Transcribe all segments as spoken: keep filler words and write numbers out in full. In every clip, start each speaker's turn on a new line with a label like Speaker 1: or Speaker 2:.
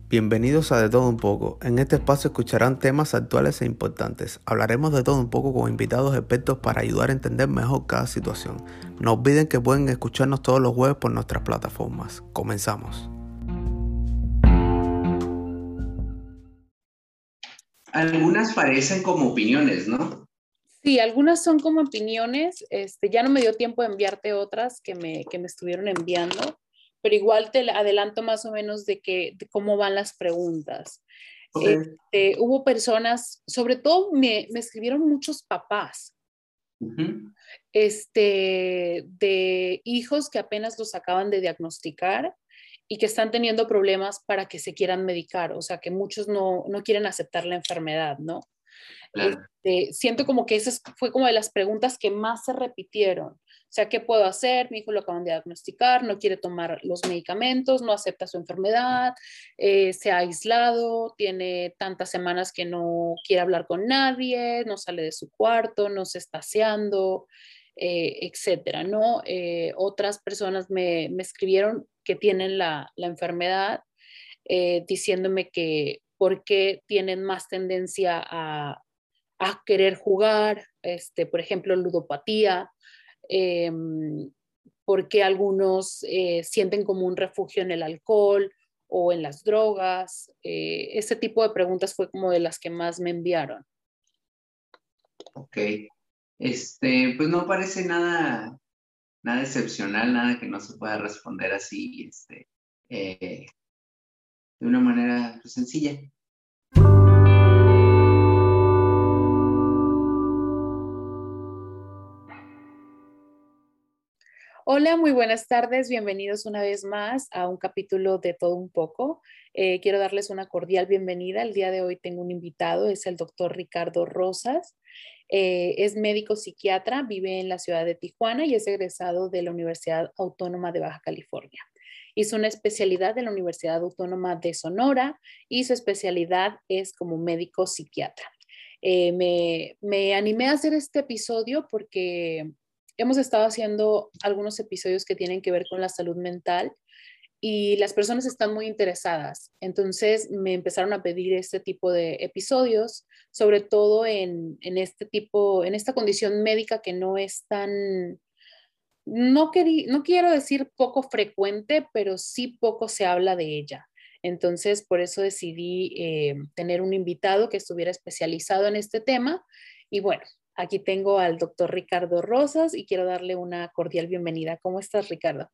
Speaker 1: Bienvenidos a De Todo Un Poco. En este espacio escucharán temas actuales e importantes. Hablaremos de todo un poco con invitados expertos para ayudar a entender mejor cada situación. No olviden que pueden escucharnos todos los jueves por nuestras plataformas. Comenzamos.
Speaker 2: Algunas parecen como opiniones, ¿no?
Speaker 3: Sí, algunas son como opiniones. Este, ya no me dio tiempo de enviarte otras que me, que me estuvieron enviando, pero igual te adelanto más o menos de, que, de cómo van las preguntas.
Speaker 2: Okay.
Speaker 3: Este, hubo personas, sobre todo me, me escribieron muchos papás,
Speaker 2: Uh-huh.
Speaker 3: este, de hijos que apenas los acaban de diagnosticar y que están teniendo problemas para que se quieran medicar, o sea, que muchos no, no quieren aceptar la enfermedad, ¿no?
Speaker 2: Claro.
Speaker 3: Este, siento como que esa fue como de las preguntas que más se repitieron. O sea, ¿qué puedo hacer? Mi hijo lo acaban de diagnosticar, no quiere tomar los medicamentos, no acepta su enfermedad, eh, se ha aislado, tiene tantas semanas que no quiere hablar con nadie, no sale de su cuarto, no se está aseando, eh, etcétera, ¿no? Eh, otras personas me, me escribieron que tienen la, la enfermedad, eh, diciéndome que por qué tienen más tendencia a a querer jugar, este, por ejemplo, ludopatía, eh, porque algunos eh, sienten como un refugio en el alcohol o en las drogas. Eh, ese tipo de preguntas fue como de las que más me enviaron.
Speaker 2: Ok. Este, pues no parece nada, nada excepcional, nada que no se pueda responder así, este, eh, de una manera pues, sencilla.
Speaker 3: Hola, muy buenas tardes. Bienvenidos una vez más a un capítulo de Todo Un Poco. Eh, quiero darles una cordial bienvenida. El día de hoy tengo un invitado, es el doctor Ricardo Rosas. Eh, es médico psiquiatra, vive en la ciudad de Tijuana y es egresado de la Universidad Autónoma de Baja California. Hizo una especialidad en la Universidad Autónoma de Sonora y su especialidad es como médico psiquiatra. Eh, me, me animé a hacer este episodio porque hemos estado haciendo algunos episodios que tienen que ver con la salud mental y las personas están muy interesadas. Entonces me empezaron a pedir este tipo de episodios, sobre todo en, en este tipo, en esta condición médica que no es tan, no, querí, no quiero decir poco frecuente, pero sí poco se habla de ella. Entonces, por eso decidí eh, tener un invitado que estuviera especializado en este tema. Y bueno, aquí tengo al doctor Ricardo Rosas y quiero darle una cordial bienvenida. ¿Cómo estás, Ricardo?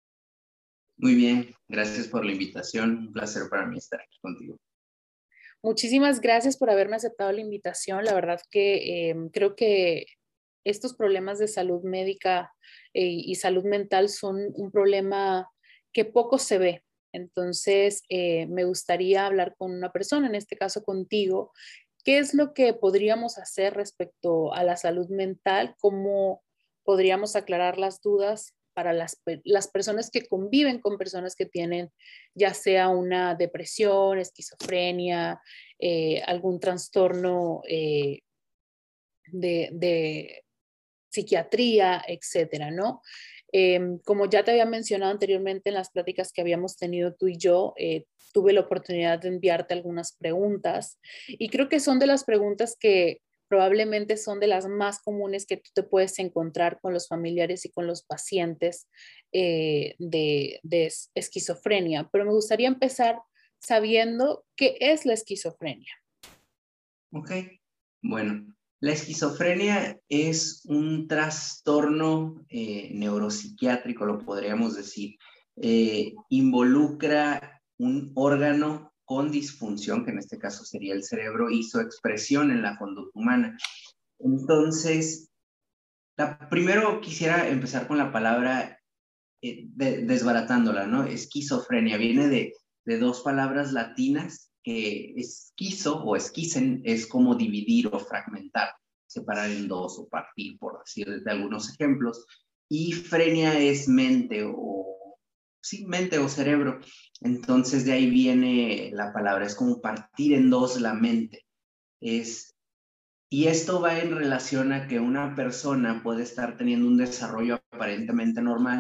Speaker 2: Muy bien, gracias por la invitación. Un placer para mí estar aquí contigo.
Speaker 3: Muchísimas gracias por haberme aceptado la invitación. La verdad que eh, creo que estos problemas de salud médica eh, y salud mental son un problema que poco se ve. Entonces, eh, me gustaría hablar con una persona, en este caso contigo. ¿Qué es lo que podríamos hacer respecto a la salud mental? ¿Cómo podríamos aclarar las dudas para las, las personas que conviven con personas que tienen ya sea una depresión, esquizofrenia, eh, algún trastorno eh, de, de, psiquiatría, etcétera, ¿no? Eh, como ya te había mencionado anteriormente en las pláticas que habíamos tenido tú y yo, eh, tuve la oportunidad de enviarte algunas preguntas y creo que son de las preguntas que probablemente son de las más comunes que tú te puedes encontrar con los familiares y con los pacientes eh, de, de esquizofrenia. Pero me gustaría empezar sabiendo qué es la esquizofrenia.
Speaker 2: Ok, bueno. La esquizofrenia es un trastorno eh, neuropsiquiátrico, lo podríamos decir. Eh, involucra un órgano con disfunción, que en este caso sería el cerebro, y su expresión en la conducta humana. Entonces, la, primero quisiera empezar con la palabra eh, de, desbaratándola, ¿no? Esquizofrenia viene de, de dos palabras latinas, que esquizo o esquicen es como dividir o fragmentar, separar en dos o partir, por decir de algunos ejemplos, y frenia es mente o, sí, mente o cerebro. Entonces de ahí viene la palabra, es como partir en dos la mente. Es Y esto va en relación a que una persona puede estar teniendo un desarrollo aparentemente normal,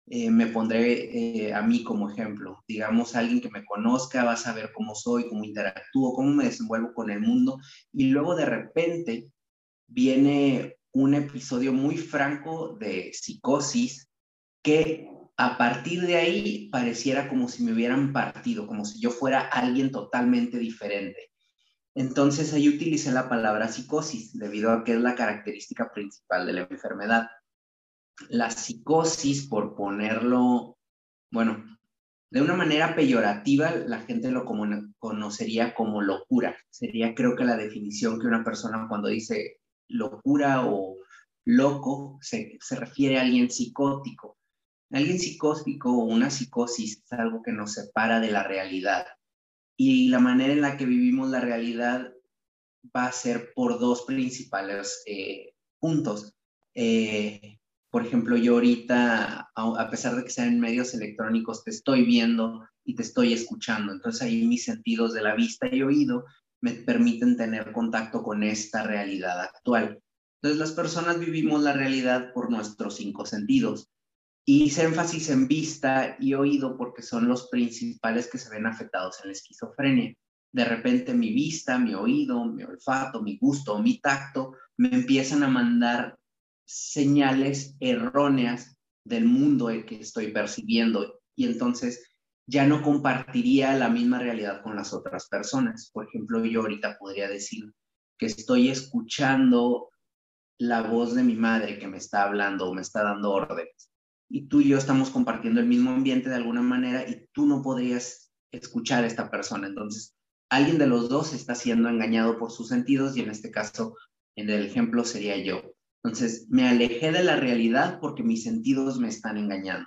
Speaker 2: Eh, me pondré eh, a mí como ejemplo. Digamos, alguien que me conozca va a saber cómo soy, cómo interactúo, cómo me desenvuelvo con el mundo, y luego de repente viene un episodio muy franco de psicosis que a partir de ahí pareciera como si me hubieran partido, como si yo fuera alguien totalmente diferente. Entonces ahí utilicé la palabra psicosis, debido a que es la característica principal de la enfermedad. La psicosis, por ponerlo, bueno, de una manera peyorativa, la gente lo como, conocería como locura. Sería, creo que la definición que una persona cuando dice locura o loco se, se refiere a alguien psicótico. Alguien psicótico o una psicosis es algo que nos separa de la realidad. Y la manera en la que vivimos la realidad va a ser por dos principales eh, puntos. Eh, por ejemplo, yo ahorita, a pesar de que sean en medios electrónicos, te estoy viendo y te estoy escuchando. Entonces ahí mis sentidos de la vista y oído me permiten tener contacto con esta realidad actual. Entonces las personas vivimos la realidad por nuestros cinco sentidos. Y hice énfasis en vista y oído porque son los principales que se ven afectados en la esquizofrenia. De repente mi vista, mi oído, mi olfato, mi gusto, mi tacto me empiezan a mandar señales erróneas del mundo el que estoy percibiendo, y entonces ya no compartiría la misma realidad con las otras personas. Por ejemplo, yo ahorita podría decir que estoy escuchando la voz de mi madre que me está hablando o me está dando órdenes, y tú y yo estamos compartiendo el mismo ambiente de alguna manera, y tú no podrías escuchar a esta persona. Entonces, alguien de los dos está siendo engañado por sus sentidos, y en este caso, en el ejemplo, sería yo. Entonces, me alejé de la realidad porque mis sentidos me están engañando.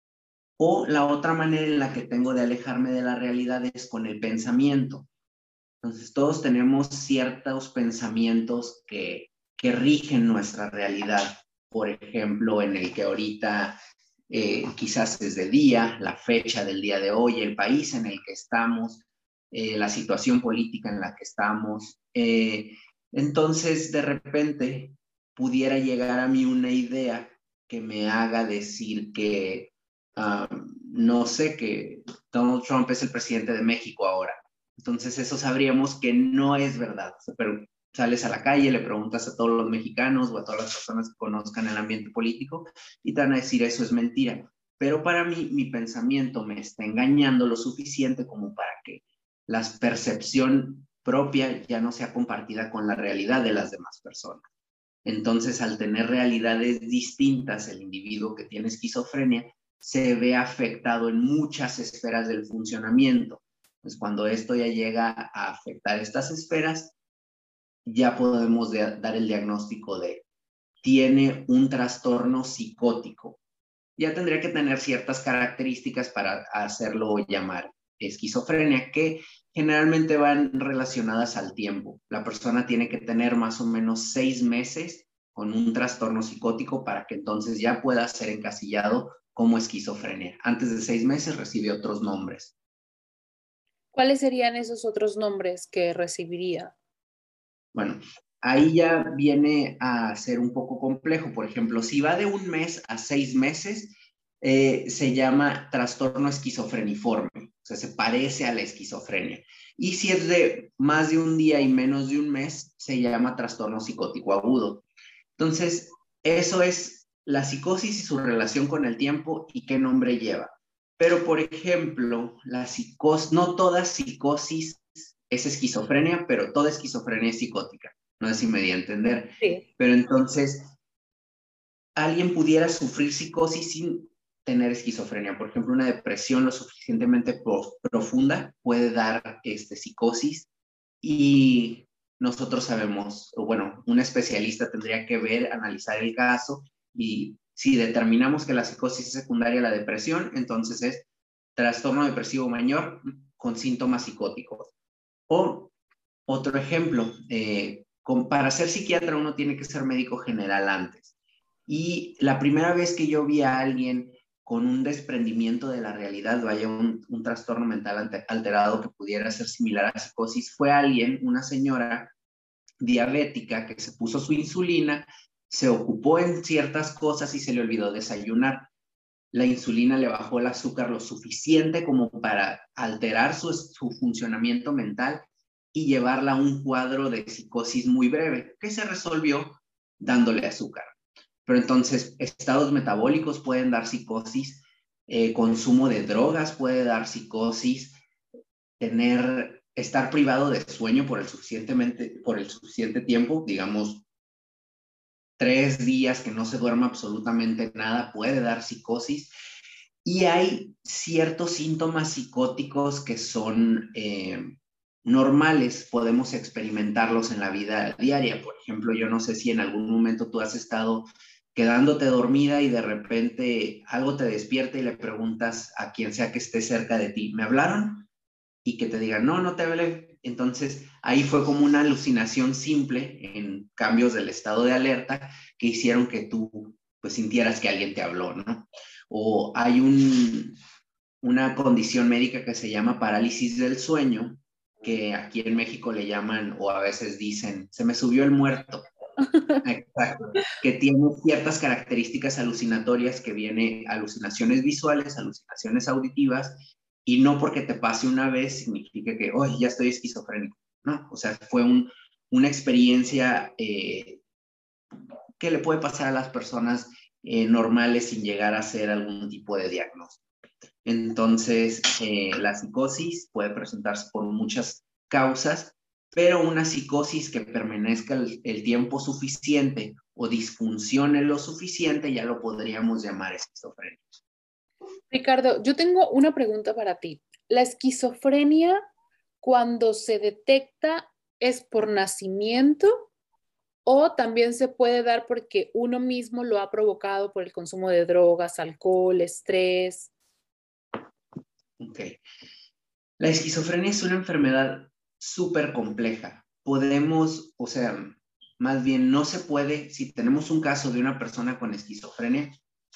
Speaker 2: O la otra manera en la que tengo de alejarme de la realidad es con el pensamiento. Entonces, todos tenemos ciertos pensamientos que, que rigen nuestra realidad. Por ejemplo, en el que ahorita eh, quizás es de día, la fecha del día de hoy, el país en el que estamos, eh, la situación política en la que estamos. Eh, entonces, de repente, pudiera llegar a mí una idea que me haga decir que, uh, no sé, que Donald Trump es el presidente de México ahora. Entonces eso sabríamos que no es verdad. Pero sales a la calle, le preguntas a todos los mexicanos o a todas las personas que conozcan el ambiente político y te van a decir eso es mentira. Pero para mí, mi pensamiento me está engañando lo suficiente como para que la percepción propia ya no sea compartida con la realidad de las demás personas. Entonces, al tener realidades distintas, el individuo que tiene esquizofrenia se ve afectado en muchas esferas del funcionamiento. Pues cuando esto ya llega a afectar estas esferas, ya podemos de, dar el diagnóstico de tiene un trastorno psicótico. Ya tendría que tener ciertas características para hacerlo llamar esquizofrenia, que generalmente van relacionadas al tiempo. La persona tiene que tener más o menos seis meses con un trastorno psicótico para que entonces ya pueda ser encasillado como esquizofrenia. Antes de seis meses recibe otros nombres.
Speaker 3: ¿Cuáles serían esos otros nombres que recibiría?
Speaker 2: Bueno, ahí ya viene a ser un poco complejo. Por ejemplo, si va de un mes a seis meses, eh, se llama trastorno esquizofreniforme, o sea, se parece a la esquizofrenia. Y si es de más de un día y menos de un mes, se llama trastorno psicótico agudo. Entonces, eso es la psicosis y su relación con el tiempo y qué nombre lleva. Pero, por ejemplo, la psicosis, no toda psicosis es esquizofrenia, pero toda esquizofrenia es psicótica. No sé si me di a entender.
Speaker 3: Sí.
Speaker 2: Pero entonces, alguien pudiera sufrir psicosis sin tener esquizofrenia. Por ejemplo, una depresión lo suficientemente profunda puede dar este, psicosis, y nosotros sabemos, o bueno, un especialista tendría que ver, analizar el caso, y si determinamos que la psicosis es secundaria a la depresión, entonces es trastorno depresivo mayor con síntomas psicóticos. O otro ejemplo, eh, con, para ser psiquiatra uno tiene que ser médico general antes. Y la primera vez que yo vi a alguien con un desprendimiento de la realidad, vaya, un, un trastorno mental alterado que pudiera ser similar a psicosis, fue alguien, una señora diabética que se puso su insulina, se ocupó en ciertas cosas y se le olvidó desayunar. la insulina le bajó el azúcar lo suficiente como para alterar su, su funcionamiento mental y llevarla a un cuadro de psicosis muy breve, que se resolvió dándole azúcar. Pero entonces, estados metabólicos pueden dar psicosis, eh, consumo de drogas puede dar psicosis, tener, estar privado de sueño por el, suficientemente, por el suficiente tiempo, digamos, tres días que no se duerma absolutamente nada, puede dar psicosis. Y hay ciertos síntomas psicóticos que son eh, normales, podemos experimentarlos en la vida diaria. Por ejemplo, yo no sé si en algún momento tú has estado quedándote dormida y de repente algo te despierta y le preguntas a quien sea que esté cerca de ti, ¿me hablaron? Y que te digan, no, no te hablé. Entonces, ahí fue como una alucinación simple en cambios del estado de alerta que hicieron que tú pues sintieras que alguien te habló, ¿no? O hay un, una condición médica que se llama parálisis del sueño, que aquí en México le llaman, o a veces dicen, se me subió el muerto. Exacto. Que tiene ciertas características alucinatorias que viene alucinaciones visuales, alucinaciones auditivas, y no porque te pase una vez significa que, oh, ya estoy esquizofrénico. No, o sea, fue un, una experiencia eh, que le puede pasar a las personas eh, normales sin llegar a ser algún tipo de diagnóstico. Entonces, eh, la psicosis puede presentarse por muchas causas, pero una psicosis que permanezca el, el tiempo suficiente o disfuncione lo suficiente, ya lo podríamos llamar esquizofrenia.
Speaker 3: Ricardo, yo tengo una pregunta para ti. ¿La esquizofrenia, cuando se detecta, es por nacimiento o también se puede dar porque uno mismo lo ha provocado por el consumo de drogas, alcohol, estrés?
Speaker 2: Ok. La esquizofrenia es una enfermedad súper compleja. Podemos, o sea, más bien no se puede, si tenemos un caso de una persona con esquizofrenia,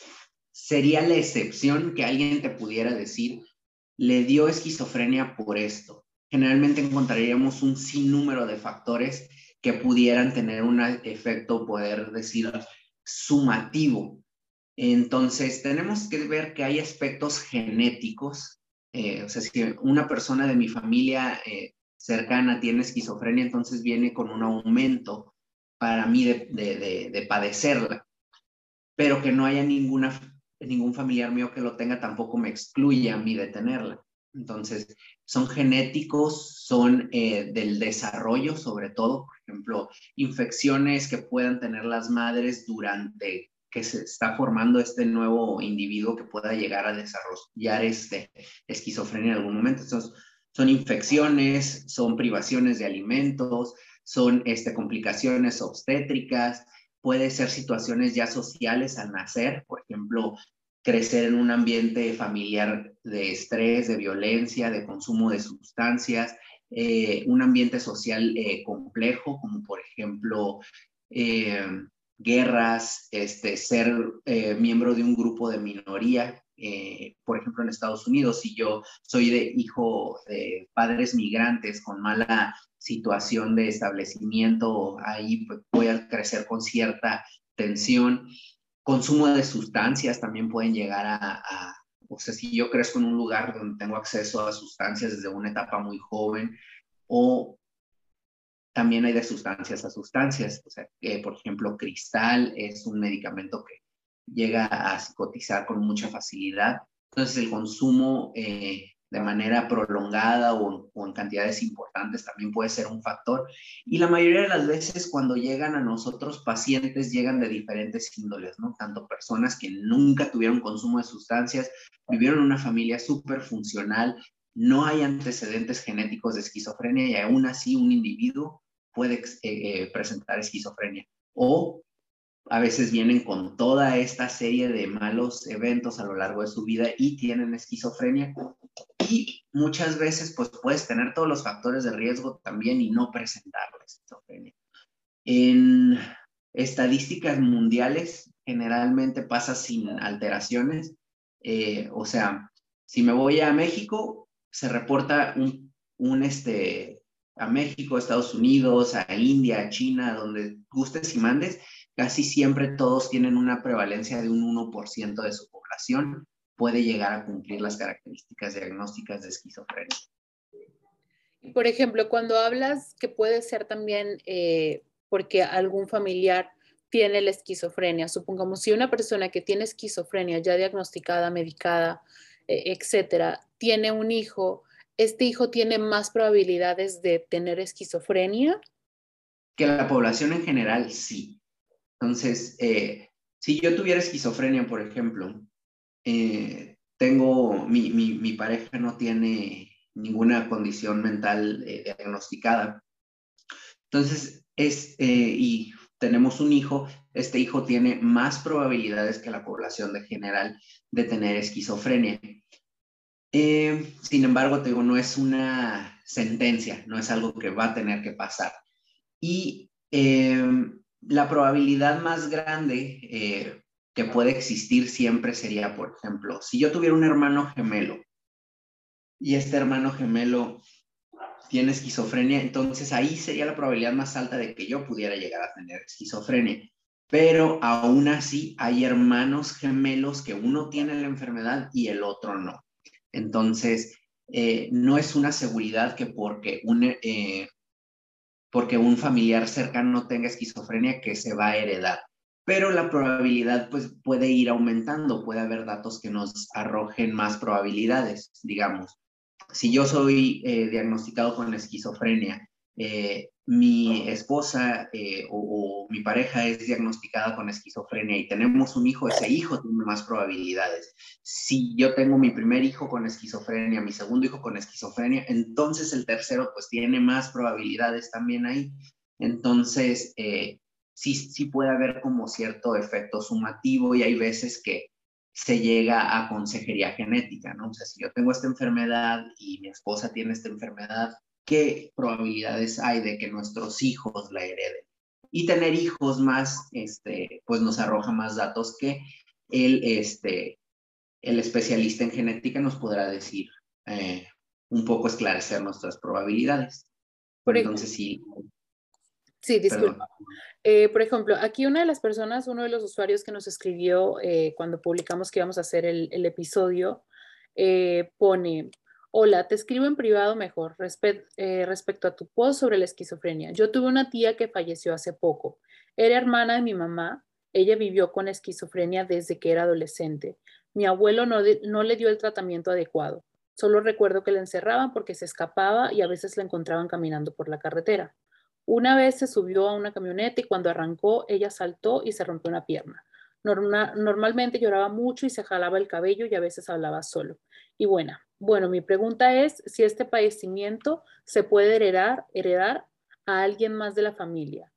Speaker 2: sería la excepción que alguien te pudiera decir, le dio esquizofrenia por esto. Generalmente encontraríamos un sinnúmero de factores que pudieran tener un efecto, poder decir, sumativo. Entonces, tenemos que ver que hay aspectos genéticos. Eh, o sea, si una persona de mi familia eh, cercana tiene esquizofrenia, entonces viene con un aumento para mí de, de, de, de padecerla. Pero que no haya ninguna, ningún familiar mío que lo tenga tampoco me excluye a mí de tenerla. Entonces, son genéticos, son eh, del desarrollo, sobre todo, por ejemplo, infecciones que puedan tener las madres durante que se está formando este nuevo individuo que pueda llegar a desarrollar este, esquizofrenia en algún momento. Entonces, son infecciones, son privaciones de alimentos, son este, complicaciones obstétricas, puede ser situaciones ya sociales al nacer, por ejemplo, crecer en un ambiente familiar de estrés, de violencia, de consumo de sustancias, eh, un ambiente social eh, complejo, como por ejemplo eh, guerras, este, ser eh, miembro de un grupo de minoría. Eh, por ejemplo, en Estados Unidos, si yo soy de hijo de padres migrantes con mala situación de establecimiento, ahí pues, voy a crecer con cierta tensión. Consumo de sustancias también pueden llegar a, a, o sea, si yo crezco en un lugar donde tengo acceso a sustancias desde una etapa muy joven, o también hay de sustancias a sustancias, o sea, que por ejemplo, cristal es un medicamento que llega a psicotizar con mucha facilidad. Entonces, el consumo eh, de manera prolongada o, o en cantidades importantes también puede ser un factor. Y la mayoría de las veces cuando llegan a nosotros pacientes, llegan de diferentes índoles, ¿no? Tanto personas que nunca tuvieron consumo de sustancias, vivieron una familia súper funcional, no hay antecedentes genéticos de esquizofrenia y aún así un individuo puede eh, presentar esquizofrenia. O a veces vienen con toda esta serie de malos eventos a lo largo de su vida y tienen esquizofrenia. Y muchas veces pues puedes tener todos los factores de riesgo también y no presentar la esquizofrenia. En estadísticas mundiales generalmente pasa sin alteraciones. Eh, o sea, si me voy a México, se reporta un, un este, a México, a Estados Unidos, a India, a China, donde gustes y mandes, casi siempre todos tienen una prevalencia de un uno por ciento de su población, puede llegar a cumplir las características diagnósticas de esquizofrenia.
Speaker 3: Por ejemplo, cuando hablas que puede ser también eh, porque algún familiar tiene la esquizofrenia, supongamos si una persona que tiene esquizofrenia ya diagnosticada, medicada, eh, etcétera, tiene un hijo, ¿este hijo tiene más probabilidades de tener esquizofrenia?
Speaker 2: Que la población en general, sí. Entonces, eh, si yo tuviera esquizofrenia, por ejemplo, eh, tengo, mi, mi, mi pareja no tiene ninguna condición mental eh, diagnosticada. Entonces, es, eh, y tenemos un hijo, este hijo tiene más probabilidades que la población de general de tener esquizofrenia. Eh, sin embargo, te digo, no es una sentencia, no es algo que va a tener que pasar. Y eh, la probabilidad más grande eh, que puede existir siempre sería, por ejemplo, si yo tuviera un hermano gemelo y este hermano gemelo tiene esquizofrenia, entonces ahí sería la probabilidad más alta de que yo pudiera llegar a tener esquizofrenia. Pero aún así hay hermanos gemelos que uno tiene la enfermedad y el otro no. Entonces, eh, no es una seguridad que porque un, eh, porque un familiar cercano tenga esquizofrenia que se va a heredar. Pero la probabilidad pues, puede ir aumentando, puede haber datos que nos arrojen más probabilidades, digamos. Si yo soy eh, diagnosticado con esquizofrenia, eh, mi esposa eh, o, o mi pareja es diagnosticada con esquizofrenia y tenemos un hijo, ese hijo tiene más probabilidades. Si yo tengo mi primer hijo con esquizofrenia, mi segundo hijo con esquizofrenia, entonces el tercero pues tiene más probabilidades también ahí. Entonces, eh, sí, sí puede haber como cierto efecto sumativo y hay veces que se llega a consejería genética, ¿no? O sea, si yo tengo esta enfermedad y mi esposa tiene esta enfermedad, ¿qué probabilidades hay de que nuestros hijos la hereden? Y tener hijos más, este, pues nos arroja más datos que el, este, el especialista en genética nos podrá decir, eh, un poco esclarecer nuestras probabilidades.
Speaker 3: Por
Speaker 2: Entonces,
Speaker 3: ejemplo,
Speaker 2: sí,
Speaker 3: sí, disculpa.
Speaker 2: perdón.
Speaker 3: Eh, por ejemplo, aquí una de las personas, uno de los usuarios que nos escribió eh, cuando publicamos que íbamos a hacer el, el episodio, eh, pone, hola, te escribo en privado mejor respe eh, respecto a tu post sobre la esquizofrenia. Yo tuve una tía que falleció hace poco. Era hermana de mi mamá. Ella vivió con esquizofrenia desde que era adolescente. Mi abuelo no, de, no le dio el tratamiento adecuado. Solo recuerdo que la encerraban porque se escapaba y a veces la encontraban caminando por la carretera. Una vez se subió a una camioneta y cuando arrancó, ella saltó y se rompió una pierna. Norma, normalmente lloraba mucho y se jalaba el cabello y a veces hablaba solo. Y bueno, bueno, mi pregunta es si este padecimiento se puede heredar, heredar a alguien más de la familia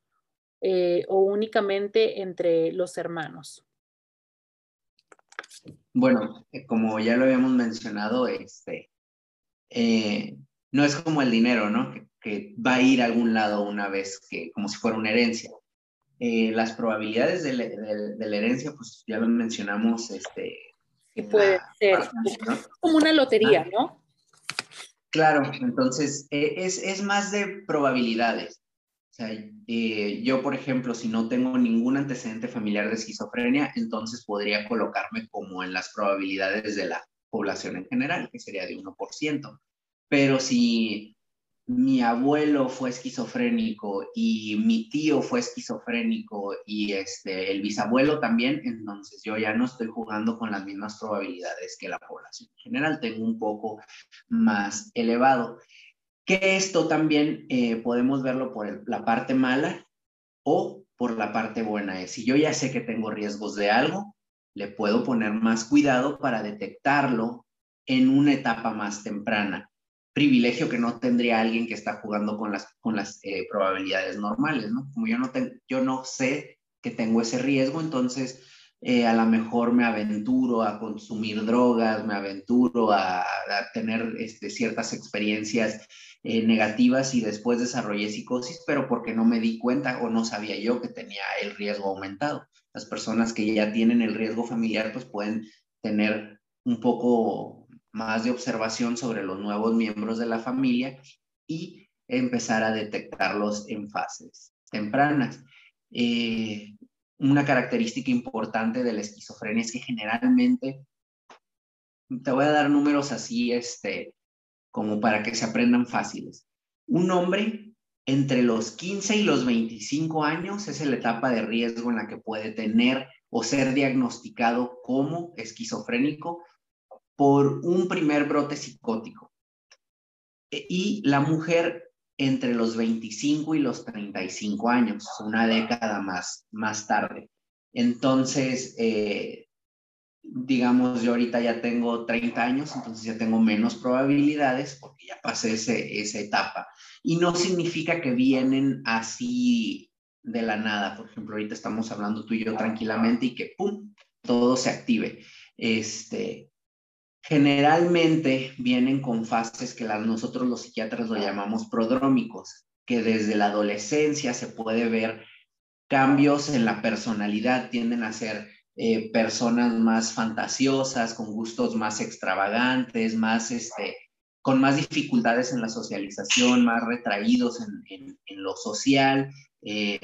Speaker 3: eh, o únicamente entre los hermanos.
Speaker 2: Bueno, eh, como ya lo habíamos mencionado, este, eh, no es como el dinero, ¿no? Que, que va a ir a algún lado una vez, que como si fuera una herencia. Eh, las probabilidades de, de, de la herencia, pues ya lo mencionamos este,
Speaker 3: Sí
Speaker 2: en
Speaker 3: puede
Speaker 2: la
Speaker 3: ser,
Speaker 2: parte anterior.
Speaker 3: como una lotería, ¿no?
Speaker 2: Claro, entonces eh, es, es más de probabilidades. O sea, eh, yo, por ejemplo, si no tengo ningún antecedente familiar de esquizofrenia, entonces podría colocarme como en las probabilidades de la población en general, que sería de uno por ciento. Pero si mi abuelo fue esquizofrénico y mi tío fue esquizofrénico y este, el bisabuelo también, entonces yo ya no estoy jugando con las mismas probabilidades que la población en general, tengo un poco más elevado. Que esto también eh, podemos verlo por el, la parte mala o por la parte buena. Es, si yo ya sé que tengo riesgos de algo, le puedo poner más cuidado para detectarlo en una etapa más temprana. Privilegio que no tendría alguien que está jugando con las, con las eh, probabilidades normales, ¿no? Como yo no, te, yo no sé que tengo ese riesgo, entonces eh, a lo mejor me aventuro a consumir drogas, me aventuro a, a tener este, ciertas experiencias eh, negativas y después desarrollé psicosis, pero porque no me di cuenta o no sabía yo que tenía el riesgo aumentado. Las personas que ya tienen el riesgo familiar pues pueden tener un poco más de observación sobre los nuevos miembros de la familia y empezar a detectarlos en fases tempranas. Eh, una característica importante de la esquizofrenia es que generalmente, te voy a dar números así, este, como para que se aprendan fáciles. Un hombre entre los quince y los veinticinco años es la etapa de riesgo en la que puede tener o ser diagnosticado como esquizofrénico por un primer brote psicótico. Y la mujer entre los veinticinco y los treinta y cinco años, una década más, más tarde. Entonces, eh, digamos, yo ahorita ya tengo treinta años, entonces ya tengo menos probabilidades porque ya pasé ese, esa etapa. Y no significa que vienen así de la nada. Por ejemplo, ahorita estamos hablando tú y yo tranquilamente y que ¡pum!, todo se active. Este, generalmente vienen con fases que las, nosotros los psiquiatras lo llamamos prodrómicos, que desde la adolescencia se puede ver cambios en la personalidad, tienden a ser eh, personas más fantasiosas, con gustos más extravagantes, más, este, con más dificultades en la socialización, más retraídos en, en, en lo social, eh,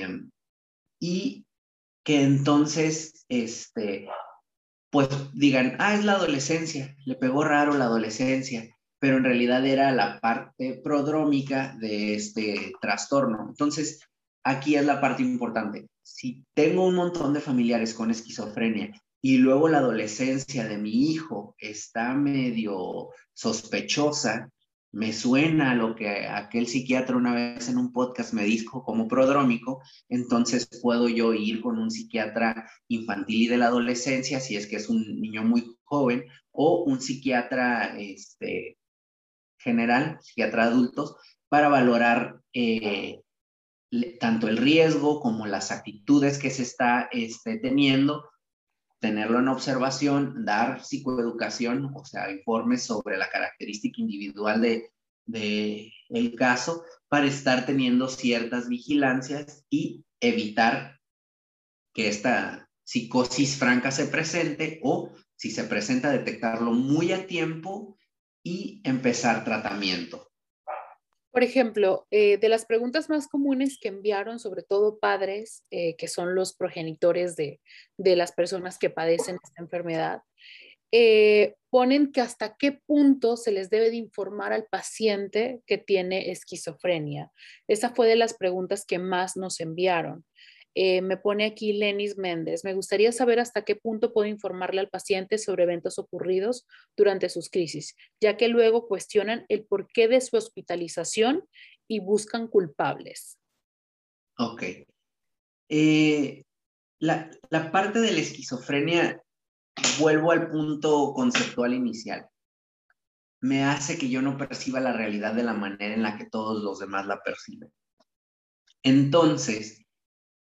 Speaker 2: y que entonces, este, pues digan, ah, es la adolescencia, le pegó raro la adolescencia, pero en realidad era la parte prodrómica de este trastorno. Entonces, aquí es la parte importante. Si tengo un montón de familiares con esquizofrenia y luego la adolescencia de mi hijo está medio sospechosa, me suena lo que aquel psiquiatra una vez en un podcast me dijo como prodrómico, entonces puedo yo ir con un psiquiatra infantil y de la adolescencia, si es que es un niño muy joven, o un psiquiatra este, general, psiquiatra de adultos, para valorar eh, tanto el riesgo como las actitudes que se está este, teniendo, tenerlo en observación, dar psicoeducación, o sea, informes sobre la característica individual de, de el caso, para estar teniendo ciertas vigilancias y evitar que esta psicosis franca se presente, o si se presenta, detectarlo muy a tiempo y empezar tratamiento.
Speaker 3: Por ejemplo, eh, de las preguntas más comunes que enviaron, sobre todo padres, eh, que son los progenitores de, de las personas que padecen esta enfermedad, eh, ponen que hasta qué punto se les debe de informar al paciente que tiene esquizofrenia. Esa fue de las preguntas que más nos enviaron. Eh, me pone aquí Lenis Méndez. Me gustaría saber hasta qué punto puedo informarle al paciente sobre eventos ocurridos durante sus crisis, ya que luego cuestionan el porqué de su hospitalización y buscan culpables.
Speaker 2: Ok. Eh, la, la parte de la esquizofrenia, vuelvo al punto conceptual inicial. Me hace que yo no perciba la realidad de la manera en la que todos los demás la perciben. Entonces,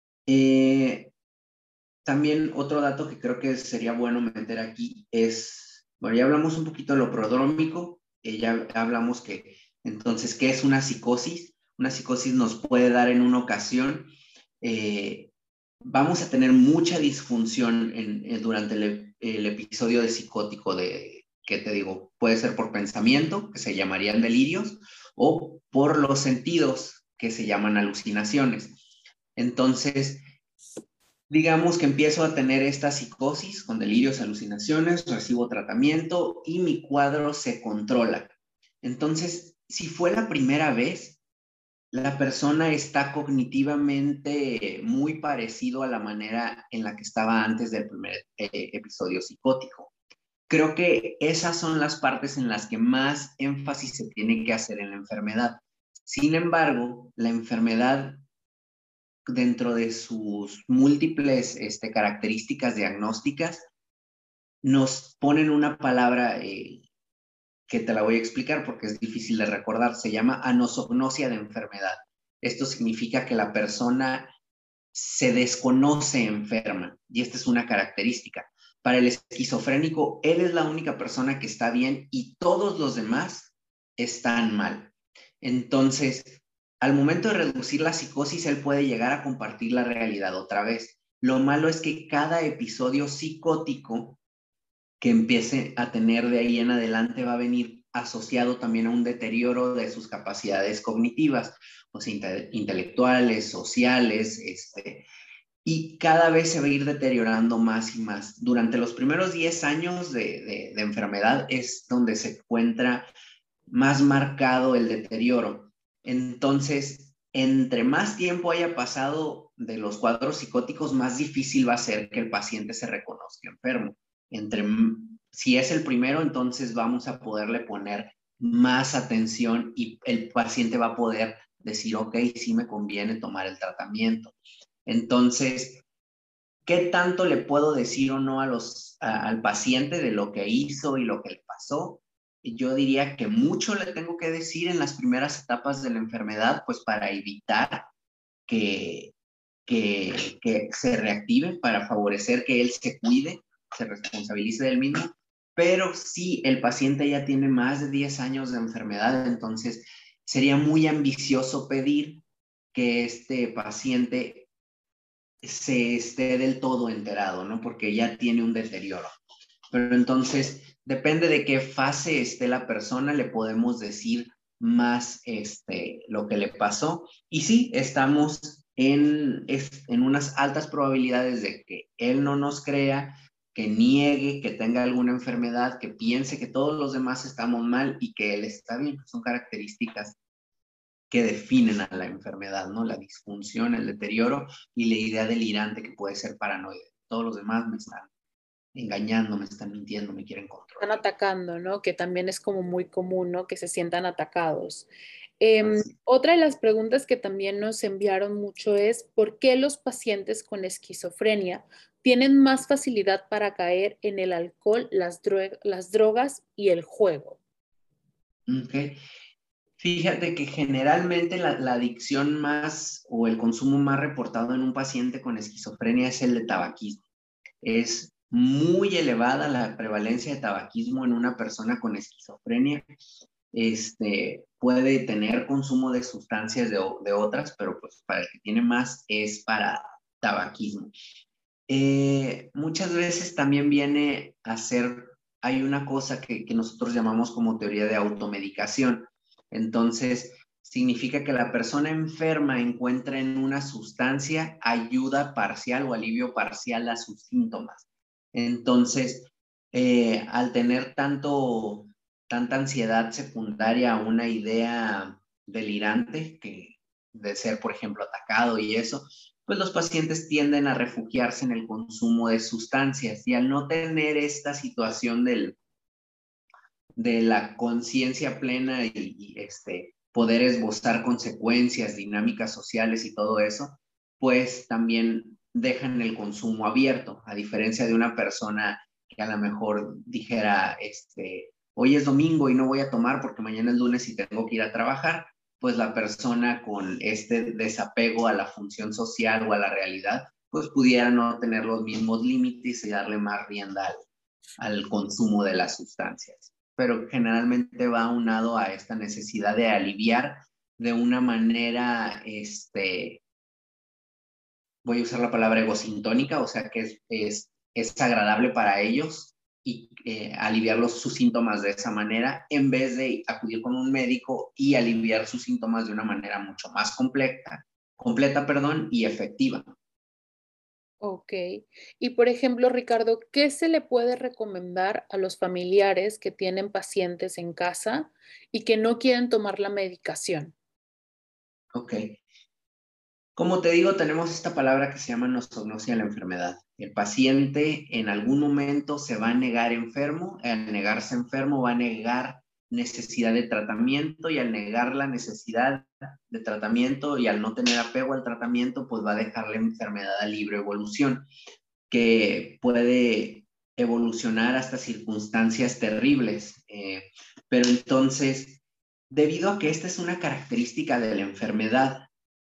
Speaker 2: eh, también otro dato que creo que sería bueno meter aquí es, bueno, ya hablamos un poquito de lo prodrómico, eh, ya hablamos que, entonces, ¿qué es una psicosis? Una psicosis nos puede dar en una ocasión, eh, vamos a tener mucha disfunción en, en, durante el, el episodio de psicótico de, ¿qué te digo? Puede ser por pensamiento, que se llamarían delirios, o por los sentidos, que se llaman alucinaciones. Entonces, digamos que empiezo a tener esta psicosis con delirios, alucinaciones, recibo tratamiento y mi cuadro se controla. Entonces, si fue la primera vez, la persona está cognitivamente muy parecido a la manera en la que estaba antes del primer eh, episodio psicótico. Creo que esas son las partes en las que más énfasis se tiene que hacer en la enfermedad. Sin embargo, la enfermedad, dentro de sus múltiples este, características diagnósticas, nos ponen una palabra eh, que te la voy a explicar porque es difícil de recordar. Se llama anosognosia de enfermedad. Esto significa que la persona se desconoce enferma, y esta es una característica. Para el esquizofrénico, él es la única persona que está bien y todos los demás están mal. Entonces, al momento de reducir la psicosis, él puede llegar a compartir la realidad otra vez. Lo malo es que cada episodio psicótico que empiece a tener de ahí en adelante va a venir asociado también a un deterioro de sus capacidades cognitivas, o sea, inte intelectuales, sociales, este, y cada vez se va a ir deteriorando más y más. Durante los primeros diez años de, de, de enfermedad es donde se encuentra más marcado el deterioro. Entonces, entre más tiempo haya pasado de los cuadros psicóticos, más difícil va a ser que el paciente se reconozca enfermo. Entre, si es el primero, entonces vamos a poderle poner más atención y el paciente va a poder decir, ok, sí me conviene tomar el tratamiento. Entonces, ¿qué tanto le puedo decir o no a los, a, al paciente de lo que hizo y lo que le pasó? Yo diría que mucho le tengo que decir en las primeras etapas de la enfermedad, pues para evitar que, que, que se reactive, para favorecer que él se cuide, se responsabilice del mismo. Pero si el paciente ya tiene más de diez años de enfermedad, entonces sería muy ambicioso pedir que este paciente se esté del todo enterado, ¿no? Porque ya tiene un deterioro. Pero entonces, depende de qué fase esté la persona, le podemos decir más este, lo que le pasó. Y sí, estamos en, en unas altas probabilidades de que él no nos crea, que niegue, que tenga alguna enfermedad, que piense que todos los demás estamos mal y que él está bien. Son características que definen a la enfermedad, ¿no? La disfunción, el deterioro y la idea delirante que puede ser paranoide. Todos los demás me están engañando, me están mintiendo, me quieren controlar.
Speaker 3: Están atacando, ¿no? Que también es como muy común, ¿no? Que se sientan atacados. Eh, otra de las preguntas que también nos enviaron mucho es, ¿por qué los pacientes con esquizofrenia tienen más facilidad para caer en el alcohol, las, dro- las drogas y el juego?
Speaker 2: Okay. Fíjate que generalmente la, la adicción más o el consumo más reportado en un paciente con esquizofrenia es el de tabaquismo. Es muy elevada la prevalencia de tabaquismo en una persona con esquizofrenia. Este, puede tener consumo de sustancias de, de otras, pero pues para el que tiene más es para tabaquismo. Eh, muchas veces también viene a ser, hay una cosa que, que nosotros llamamos como teoría de automedicación. Entonces, significa que la persona enferma encuentra en una sustancia ayuda parcial o alivio parcial a sus síntomas. Entonces, eh, al tener tanto, tanta ansiedad secundaria a una idea delirante, que de ser, por ejemplo, atacado y eso, pues los pacientes tienden a refugiarse en el consumo de sustancias y al no tener esta situación del, de la conciencia plena y, y este, poder esbozar consecuencias, dinámicas sociales y todo eso, pues también dejan el consumo abierto, a diferencia de una persona que a lo mejor dijera, este, hoy es domingo y no voy a tomar porque mañana es lunes y tengo que ir a trabajar, pues la persona con este desapego a la función social o a la realidad, pues pudiera no tener los mismos límites y darle más rienda al, al consumo de las sustancias. Pero generalmente va aunado a esta necesidad de aliviar de una manera, este, voy a usar la palabra egosintónica, o sea que es, es, es agradable para ellos y eh, aliviar los, sus síntomas de esa manera en vez de acudir con un médico y aliviar sus síntomas de una manera mucho más completa, completa perdón, y efectiva.
Speaker 3: Ok. Y por ejemplo, Ricardo, ¿qué se le puede recomendar a los familiares que tienen pacientes en casa y que no quieren tomar la medicación?
Speaker 2: Ok. Como te digo, tenemos esta palabra que se llama nosognosia de la enfermedad. El paciente en algún momento se va a negar enfermo, al negarse enfermo va a negar necesidad de tratamiento y al negar la necesidad de tratamiento y al no tener apego al tratamiento, pues va a dejar la enfermedad a libre evolución, que puede evolucionar hasta circunstancias terribles. Eh, pero entonces, debido a que esta es una característica de la enfermedad,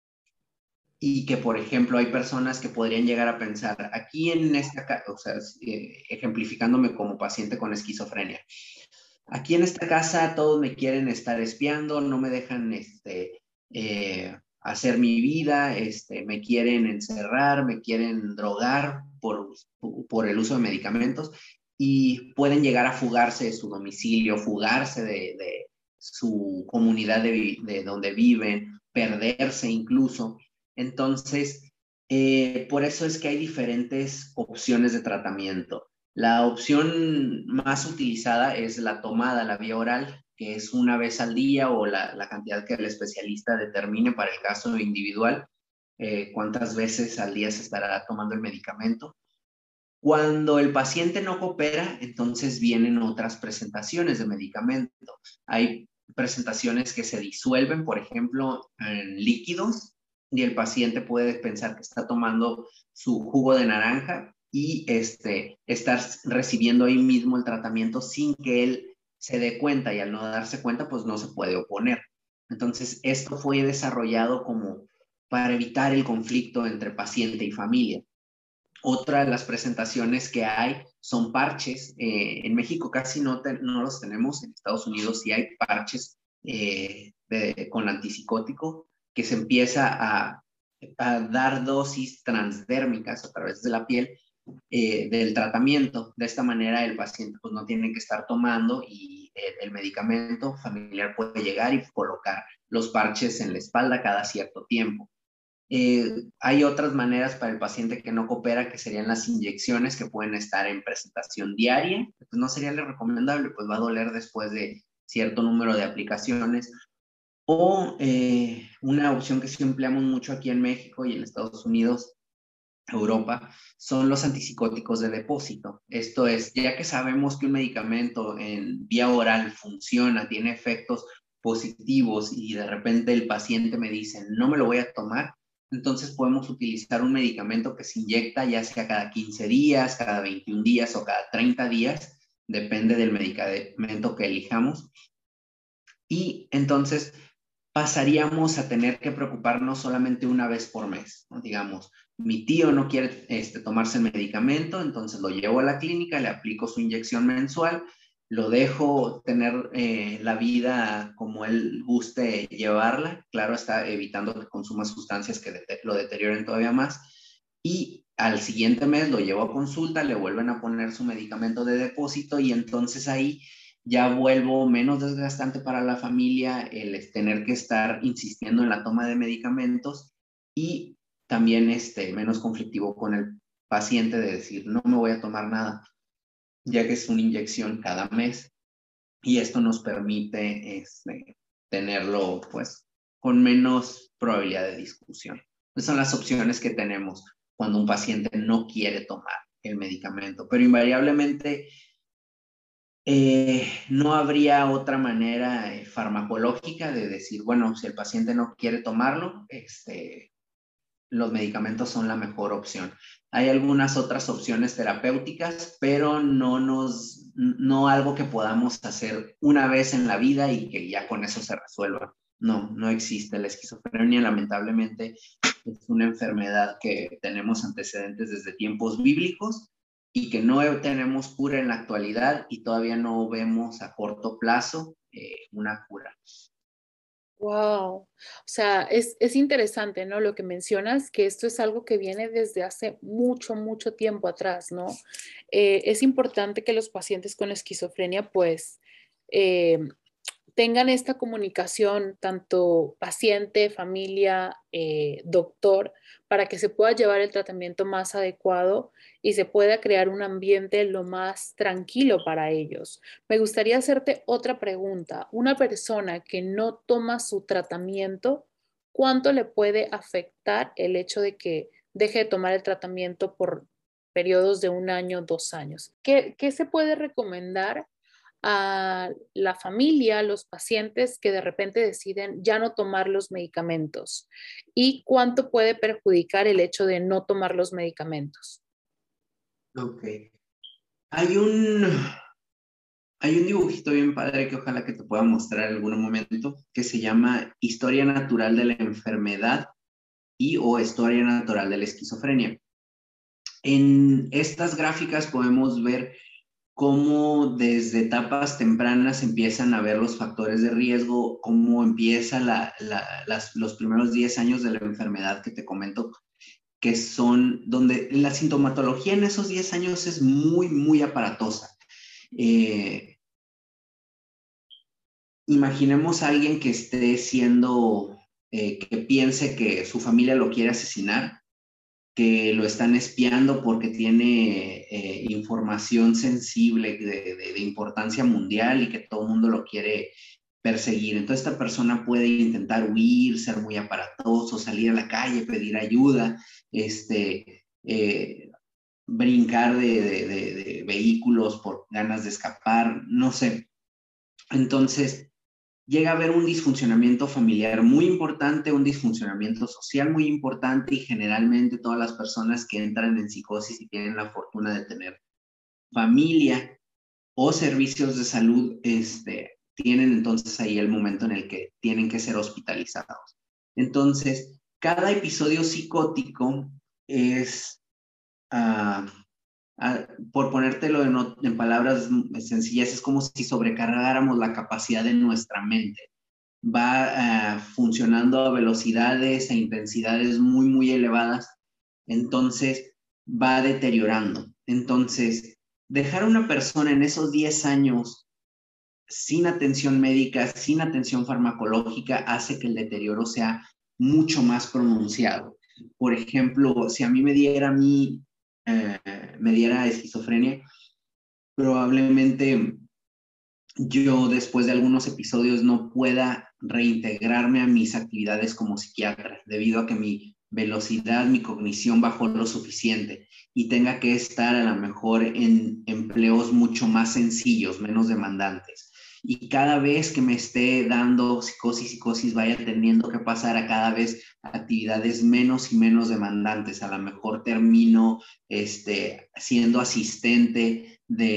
Speaker 2: y que, por ejemplo, hay personas que podrían llegar a pensar, aquí en esta, o sea, eh, ejemplificándome como paciente con esquizofrenia, aquí en esta casa todos me quieren estar espiando, no me dejan este, eh, hacer mi vida, este, me quieren encerrar, me quieren drogar por, por el uso de medicamentos y pueden llegar a fugarse de su domicilio, fugarse de, de su comunidad de, de donde viven, perderse incluso. Entonces, Eh, por eso es que hay diferentes opciones de tratamiento. La opción más utilizada es la tomada, la vía oral, que es una vez al día o la, la cantidad que el especialista determine para el caso individual, eh, cuántas veces al día se estará tomando el medicamento. Cuando el paciente no coopera, entonces vienen otras presentaciones de medicamento. Hay presentaciones que se disuelven, por ejemplo, en líquidos, y el paciente puede pensar que está tomando su jugo de naranja y este, estar recibiendo ahí mismo el tratamiento sin que él se dé cuenta, y al no darse cuenta, pues no se puede oponer. Entonces, esto fue desarrollado como para evitar el conflicto entre paciente y familia. Otra de las presentaciones que hay son parches. Eh, en México casi no, te, no los tenemos, en Estados Unidos sí hay parches eh, de, con antipsicótico, que se empieza a, a dar dosis transdérmicas a través de la piel eh, del tratamiento. De esta manera el paciente pues, no tiene que estar tomando y eh, el medicamento familiar puede llegar y colocar los parches en la espalda cada cierto tiempo. Eh, hay otras maneras para el paciente que no coopera, que serían las inyecciones, que pueden estar en presentación diaria. Pues no sería lo recomendable, pues va a doler después de cierto número de aplicaciones. O eh, una opción que sí empleamos mucho aquí en México y en Estados Unidos, Europa, son los antipsicóticos de depósito. Esto es, ya que sabemos que un medicamento en vía oral funciona, tiene efectos positivos y de repente el paciente me dice, no me lo voy a tomar, entonces podemos utilizar un medicamento que se inyecta ya sea cada quince días, cada veintiún días o cada treinta días, depende del medicamento que elijamos. Y entonces pasaríamos a tener que preocuparnos solamente una vez por mes, ¿no? Digamos, mi tío no quiere este, tomarse el medicamento, entonces lo llevo a la clínica, le aplico su inyección mensual, lo dejo tener eh, la vida como él guste llevarla, claro, está evitando que consuma sustancias que de lo deterioren todavía más, y al siguiente mes lo llevo a consulta, le vuelven a poner su medicamento de depósito y entonces ahí ya vuelvo menos desgastante para la familia el tener que estar insistiendo en la toma de medicamentos y también este, menos conflictivo con el paciente de decir no me voy a tomar nada, ya que es una inyección cada mes y esto nos permite este, tenerlo pues con menos probabilidad de discusión. Esas son las opciones que tenemos cuando un paciente no quiere tomar el medicamento, pero invariablemente Eh, no habría otra manera eh, farmacológica de decir, bueno, si el paciente no quiere tomarlo, este, los medicamentos son la mejor opción. Hay algunas otras opciones terapéuticas, pero no nos, no algo que podamos hacer una vez en la vida y que ya con eso se resuelva. No, no existe. La esquizofrenia, lamentablemente, es una enfermedad que tenemos antecedentes desde tiempos bíblicos y que no tenemos cura en la actualidad y todavía no vemos a corto plazo eh, una cura.
Speaker 3: Wow, o sea, es, es interesante, ¿no? Lo que mencionas, que esto es algo que viene desde hace mucho, mucho tiempo atrás, ¿no? Eh, es importante que los pacientes con esquizofrenia, pues, eh, tengan esta comunicación, tanto paciente, familia, eh, doctor, para que se pueda llevar el tratamiento más adecuado y se pueda crear un ambiente lo más tranquilo para ellos. Me gustaría hacerte otra pregunta. Una persona que no toma su tratamiento, ¿cuánto le puede afectar el hecho de que deje de tomar el tratamiento por periodos de un año, dos años? ¿Qué, qué se puede recomendar a la familia, a los pacientes que de repente deciden ya no tomar los medicamentos? ¿Y cuánto puede perjudicar el hecho de no tomar los medicamentos?
Speaker 2: Ok. Hay un, hay un dibujito bien padre que ojalá que te pueda mostrar en algún momento, que se llama Historia Natural de la Enfermedad y o Historia Natural de la Esquizofrenia. En estas gráficas podemos ver cómo desde etapas tempranas empiezan a ver los factores de riesgo, cómo empieza la, la, las, los primeros diez años de la enfermedad que te comento, que son donde la sintomatología en esos diez años es muy, muy aparatosa. Eh, imaginemos a alguien que esté siendo, eh, que piense que su familia lo quiere asesinar que lo están espiando porque tiene eh, información sensible de, de, de importancia mundial y que todo el mundo lo quiere perseguir. Entonces esta persona puede intentar huir, ser muy aparatoso, salir a la calle, pedir ayuda, este, eh, brincar de, de, de, de vehículos por ganas de escapar, no sé. Entonces llega a haber un disfuncionamiento familiar muy importante, un disfuncionamiento social muy importante, y generalmente todas las personas que entran en psicosis y tienen la fortuna de tener familia o servicios de salud, este, tienen entonces ahí el momento en el que tienen que ser hospitalizados. Entonces, cada episodio psicótico es, uh, uh, por ponértelo en, en palabras sencillas, es como si sobrecargáramos la capacidad de nuestra mente. Va uh, funcionando a velocidades e intensidades muy, muy elevadas, entonces va deteriorando. Entonces, dejar a una persona en esos diez años sin atención médica, sin atención farmacológica, hace que el deterioro sea mucho más pronunciado. Por ejemplo, si a mí me diera, a mí, eh, me diera esquizofrenia, probablemente yo después de algunos episodios no pueda reintegrarme a mis actividades como psiquiatra, debido a que mi velocidad, mi cognición bajó lo suficiente y tenga que estar a lo mejor en empleos mucho más sencillos, menos demandantes. Y cada vez que me esté dando psicosis, psicosis, vaya teniendo que pasar a cada vez actividades menos y menos demandantes. A lo mejor termino este, siendo asistente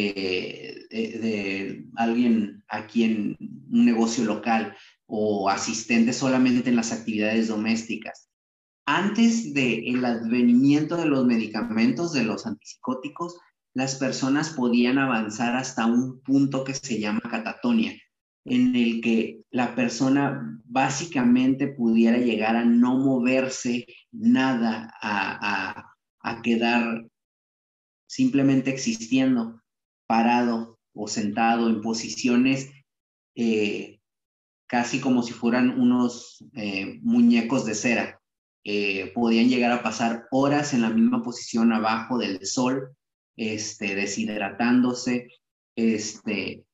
Speaker 2: de, de, de alguien aquí en un negocio local, o asistente solamente en las actividades domésticas. Antes del advenimiento de los medicamentos, de los antipsicóticos, las personas podían avanzar hasta un punto que se llama catatonia, en el que la persona básicamente pudiera llegar a no moverse nada, a, a, a quedar simplemente existiendo, parado o sentado en posiciones eh, casi como si fueran unos eh, muñecos de cera. Eh, podían llegar a pasar horas en la misma posición abajo del sol, este, deshidratándose, este,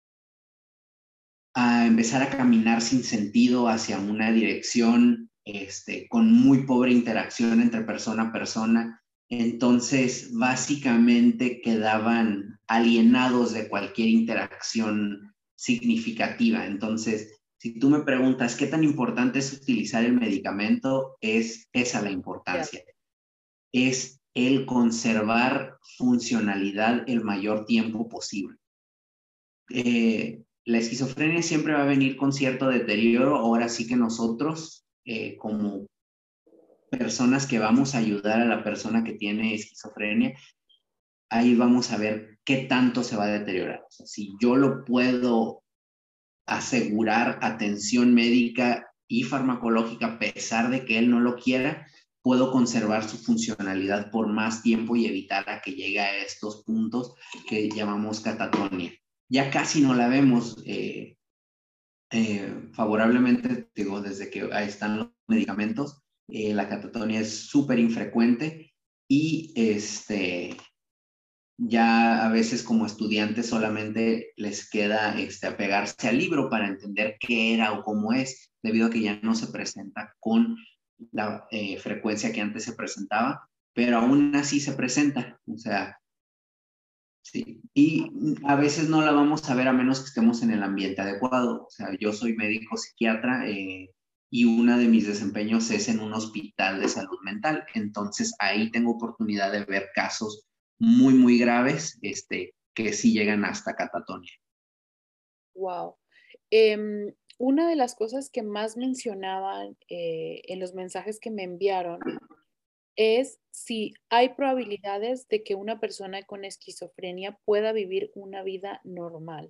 Speaker 2: a empezar a caminar sin sentido hacia una dirección, este, con muy pobre interacción entre persona a persona. Entonces, básicamente quedaban alienados de cualquier interacción significativa. Entonces, si tú me preguntas qué tan importante es utilizar el medicamento, es esa la importancia. Yeah. Es el conservar funcionalidad el mayor tiempo posible. Eh, la esquizofrenia siempre va a venir con cierto deterioro. Ahora sí que nosotros, eh, como personas que vamos a ayudar a la persona que tiene esquizofrenia, ahí vamos a ver qué tanto se va a deteriorar. O sea, si yo lo puedo asegurar atención médica y farmacológica a pesar de que él no lo quiera, puedo conservar su funcionalidad por más tiempo y evitar a que llegue a estos puntos que llamamos catatonia. Ya casi no la vemos eh, eh, favorablemente, digo, desde que ahí están los medicamentos, eh, la catatonia es súper infrecuente, y este, ya a veces como estudiantes solamente les queda este, apegarse al libro para entender qué era o cómo es, debido a que ya no se presenta con la eh, frecuencia que antes se presentaba, pero aún así se presenta, o sea, sí. Y a veces no la vamos a ver a menos que estemos en el ambiente adecuado. O sea, yo soy médico psiquiatra eh, y uno de mis desempeños es en un hospital de salud mental. Entonces ahí tengo oportunidad de ver casos muy, muy graves este, que sí llegan hasta catatonia.
Speaker 3: Wow. Eh, una de las cosas que más mencionaban eh, en los mensajes que me enviaron es si hay probabilidades de que una persona con esquizofrenia pueda vivir una vida normal.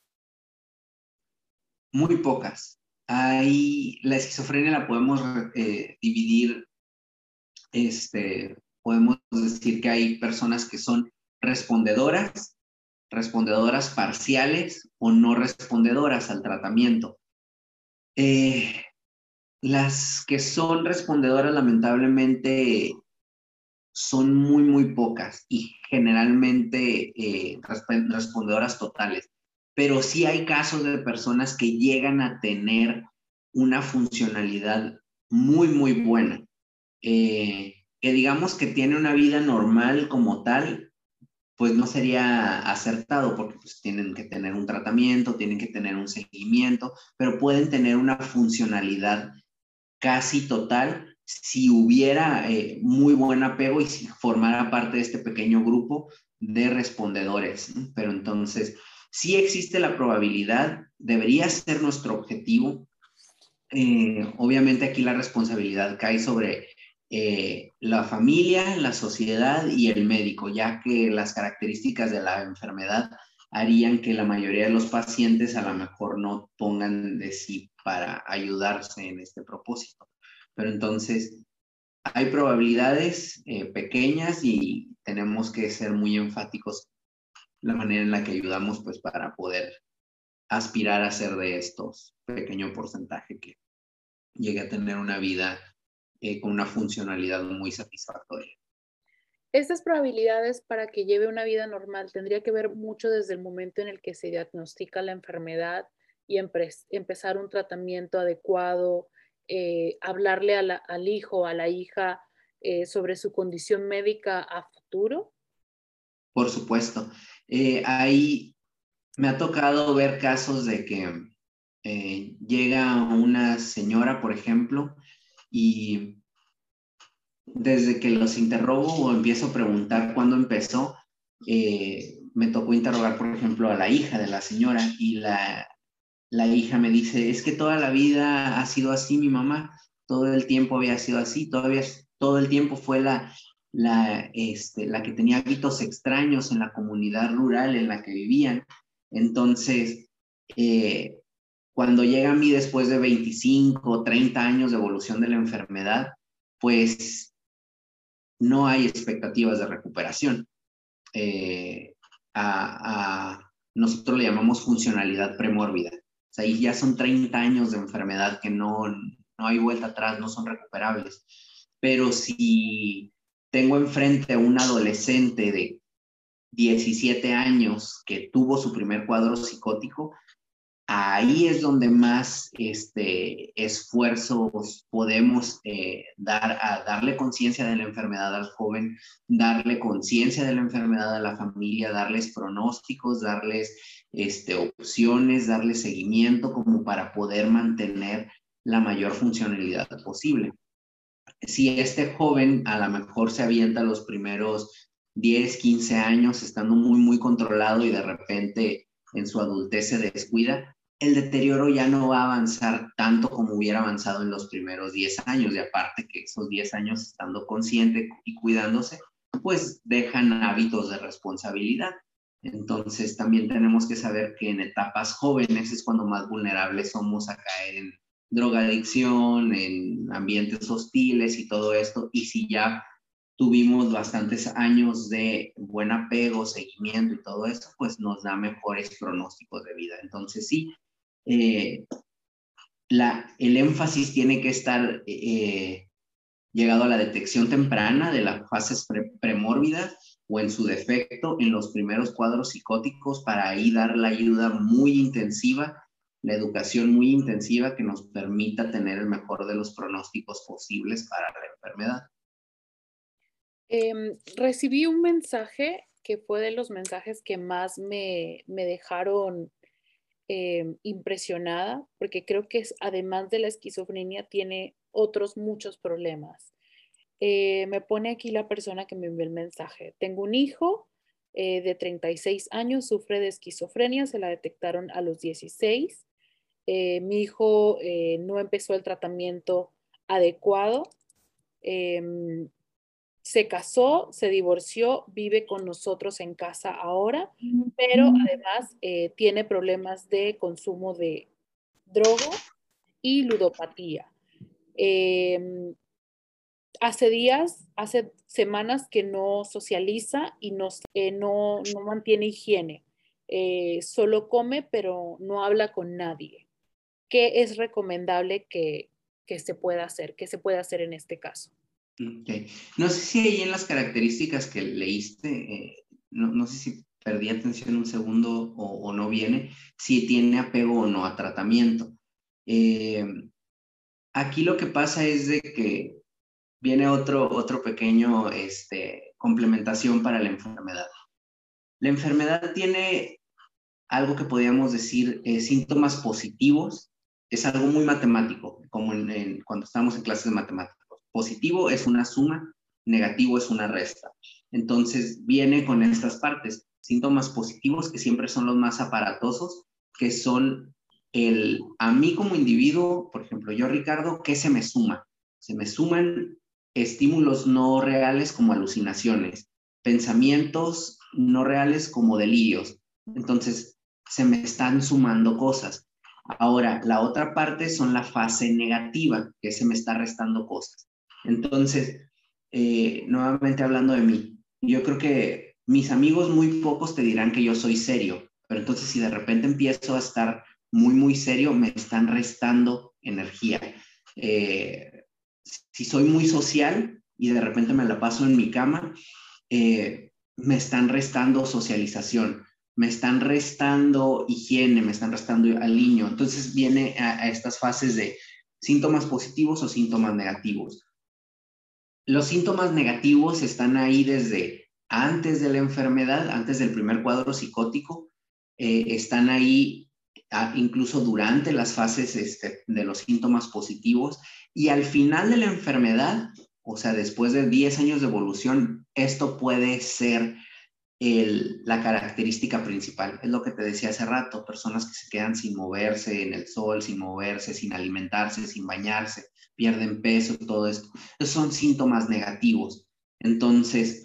Speaker 2: Muy pocas. Hay, la esquizofrenia la podemos eh, dividir, este, podemos decir que hay personas que son respondedoras, respondedoras parciales o no respondedoras al tratamiento. Eh, las que son respondedoras lamentablemente son muy, muy pocas y generalmente eh, resp respondedoras totales. Pero sí hay casos de personas que llegan a tener una funcionalidad muy, muy buena. Eh, que digamos que tiene una vida normal como tal, pues no sería acertado porque pues tienen que tener un tratamiento, tienen que tener un seguimiento, pero pueden tener una funcionalidad casi total si hubiera eh, muy buen apego y si formara parte de este pequeño grupo de respondedores, ¿no? Pero entonces, sí existe la probabilidad, debería ser nuestro objetivo. Eh, obviamente aquí la responsabilidad cae sobre eh, la familia, la sociedad y el médico, ya que las características de la enfermedad harían que la mayoría de los pacientes a lo mejor no pongan de sí para ayudarse en este propósito. Pero entonces hay probabilidades eh, pequeñas y tenemos que ser muy enfáticos la manera en la que ayudamos pues para poder aspirar a ser de estos pequeño porcentaje que llegue a tener una vida eh, con una funcionalidad muy satisfactoria.
Speaker 3: Estas probabilidades para que lleve una vida normal tendría que ver mucho desde el momento en el que se diagnostica la enfermedad y empe empezar un tratamiento adecuado, eh, hablarle a la, al hijo, a la hija eh, sobre su condición médica a futuro.
Speaker 2: Por supuesto. Eh, ahí me ha tocado ver casos de que eh, llega una señora, por ejemplo, y desde que los interrogo o empiezo a preguntar cuándo empezó, eh, me tocó interrogar, por ejemplo, a la hija de la señora y la, la hija me dice, es que toda la vida ha sido así mi mamá, todo el tiempo había sido así, todavía todo el tiempo fue la, la, este, la que tenía hábitos extraños en la comunidad rural en la que vivían. Entonces, eh, cuando llega a mí después de veinticinco, treinta años de evolución de la enfermedad, pues no hay expectativas de recuperación. Eh, a, a, nosotros le llamamos funcionalidad premórbida. O sea, ahí ya son treinta años de enfermedad que no, no hay vuelta atrás, no son recuperables. Pero si tengo enfrente a un adolescente de diecisiete años que tuvo su primer cuadro psicótico, ahí es donde más este, esfuerzos podemos eh, dar a darle conciencia de la enfermedad al joven, darle conciencia de la enfermedad a la familia, darles pronósticos, darles este, opciones, darles seguimiento como para poder mantener la mayor funcionalidad posible. Si este joven a lo mejor se avienta los primeros diez, quince años estando muy, muy controlado y de repente en su adultez se descuida, el deterioro ya no va a avanzar tanto como hubiera avanzado en los primeros diez años. Y aparte que esos diez años estando consciente y cuidándose, pues dejan hábitos de responsabilidad. Entonces también tenemos que saber que en etapas jóvenes es cuando más vulnerables somos a caer en drogadicción, en ambientes hostiles y todo esto. Y si ya tuvimos bastantes años de buen apego, seguimiento y todo esto, pues nos da mejores pronósticos de vida. Entonces sí, eh, la, el énfasis tiene que estar eh, llegado a la detección temprana de las fases pre premórbidas o en su defecto en los primeros cuadros psicóticos para ahí dar la ayuda muy intensiva, la educación muy intensiva que nos permita tener el mejor de los pronósticos posibles para la enfermedad.
Speaker 3: Eh, recibí un mensaje que fue de los mensajes que más me, me dejaron eh, impresionada, porque creo que es, además de la esquizofrenia, tiene otros muchos problemas. Eh, me pone aquí la persona que me envió el mensaje. Tengo un hijo eh, de treinta y seis años, sufre de esquizofrenia, se la detectaron a los dieciséis. Eh, mi hijo eh, no empezó el tratamiento adecuado. Eh, se casó, se divorció, vive con nosotros en casa ahora, pero además eh, tiene problemas de consumo de droga y ludopatía. Eh, hace días, hace semanas que no socializa y no, eh, no, no mantiene higiene. Eh, solo come, pero no habla con nadie. ¿Qué es recomendable que, que se pueda hacer? ¿Qué se puede hacer en este caso?
Speaker 2: Okay. No sé si ahí en las características que leíste, eh, no, no sé si perdí atención un segundo o, o no viene, si tiene apego o no a tratamiento. Eh, aquí lo que pasa es de que viene otro, otro pequeño este, complementación para la enfermedad. La enfermedad tiene algo que podríamos decir eh, síntomas positivos. Es algo muy matemático, como en, en, cuando estamos en clases de matemáticos. Positivo es una suma, negativo es una resta. Entonces viene con estas partes. Síntomas positivos, que siempre son los más aparatosos, que son el, a mí como individuo, por ejemplo, yo Ricardo, ¿qué se me suma? Se me suman estímulos no reales como alucinaciones, pensamientos no reales como delirios. Entonces, se me están sumando cosas. Ahora, la otra parte son la fase negativa, que se me está restando cosas. Entonces, eh, nuevamente hablando de mí, yo creo que mis amigos muy pocos te dirán que yo soy serio, pero entonces si de repente empiezo a estar muy, muy serio, me están restando energía. Eh, si soy muy social y de repente me la paso en mi cama, eh, me están restando socialización, me están restando higiene, me están restando aliño. Entonces viene a, a estas fases de síntomas positivos o síntomas negativos. Los síntomas negativos están ahí desde antes de la enfermedad, antes del primer cuadro psicótico, eh, están ahí a, incluso durante las fases este, de los síntomas positivos, y al final de la enfermedad, o sea, después de diez años de evolución, esto puede ser el, la característica principal. Es lo que te decía hace rato, personas que se quedan sin moverse en el sol, sin moverse, sin alimentarse, sin bañarse, pierden peso, todo esto. Esos son síntomas negativos. Entonces,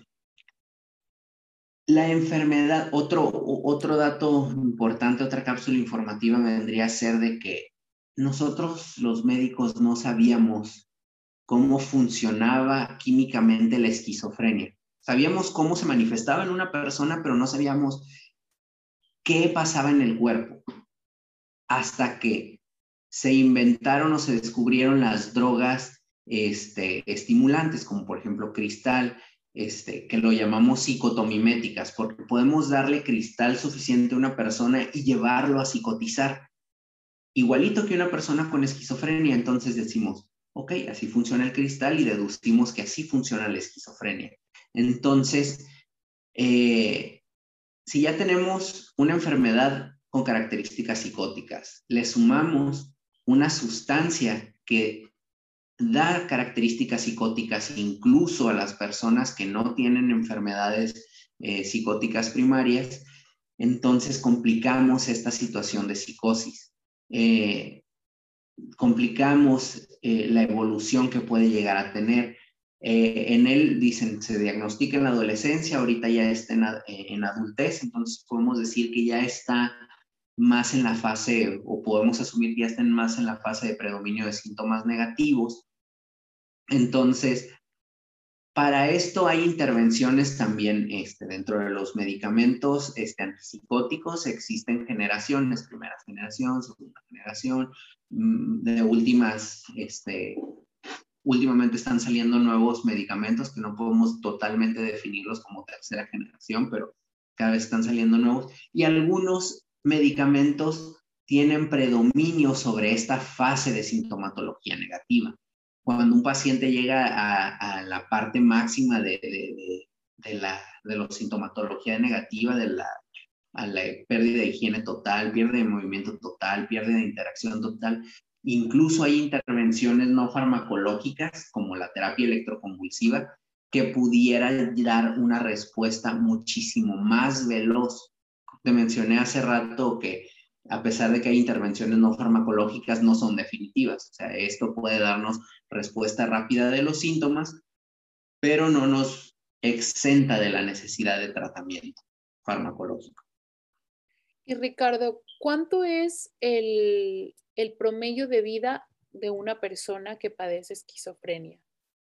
Speaker 2: la enfermedad, otro, otro dato importante, otra cápsula informativa vendría a ser de que nosotros los médicos no sabíamos cómo funcionaba químicamente la esquizofrenia. Sabíamos cómo se manifestaba en una persona, pero no sabíamos qué pasaba en el cuerpo. Hasta que se inventaron o se descubrieron las drogas este, estimulantes, como por ejemplo cristal, este, que lo llamamos psicotomiméticas, porque podemos darle cristal suficiente a una persona y llevarlo a psicotizar. Igualito que una persona con esquizofrenia, entonces decimos, ok, así funciona el cristal y deducimos que así funciona la esquizofrenia. Entonces, eh, si ya tenemos una enfermedad con características psicóticas, le sumamos una sustancia que da características psicóticas incluso a las personas que no tienen enfermedades eh, psicóticas primarias, entonces complicamos esta situación de psicosis. Eh, complicamos eh, la evolución que puede llegar a tener. Eh, en él, dicen, se diagnostica en la adolescencia, ahorita ya está en, en adultez, entonces podemos decir que ya está más en la fase, o podemos asumir que ya estén más en la fase de predominio de síntomas negativos. Entonces, para esto hay intervenciones también este, dentro de los medicamentos este, antipsicóticos. Existen generaciones, primera generación, segunda generación, de últimas, este, últimamente están saliendo nuevos medicamentos que no podemos totalmente definirlos como tercera generación, pero cada vez están saliendo nuevos. Y algunos medicamentos tienen predominio sobre esta fase de sintomatología negativa. Cuando un paciente llega a, a la parte máxima de, de, de, de la de la sintomatología negativa, de la, a la pérdida de higiene total, pierde de movimiento total, pierde de interacción total, incluso hay intervenciones no farmacológicas como la terapia electroconvulsiva que pudiera dar una respuesta muchísimo más veloz. Te mencioné hace rato que a pesar de que hay intervenciones no farmacológicas, no son definitivas. O sea, esto puede darnos respuesta rápida de los síntomas, pero no nos exenta de la necesidad de tratamiento farmacológico.
Speaker 3: Y Ricardo, ¿cuánto es el, el promedio de vida de una persona que padece esquizofrenia?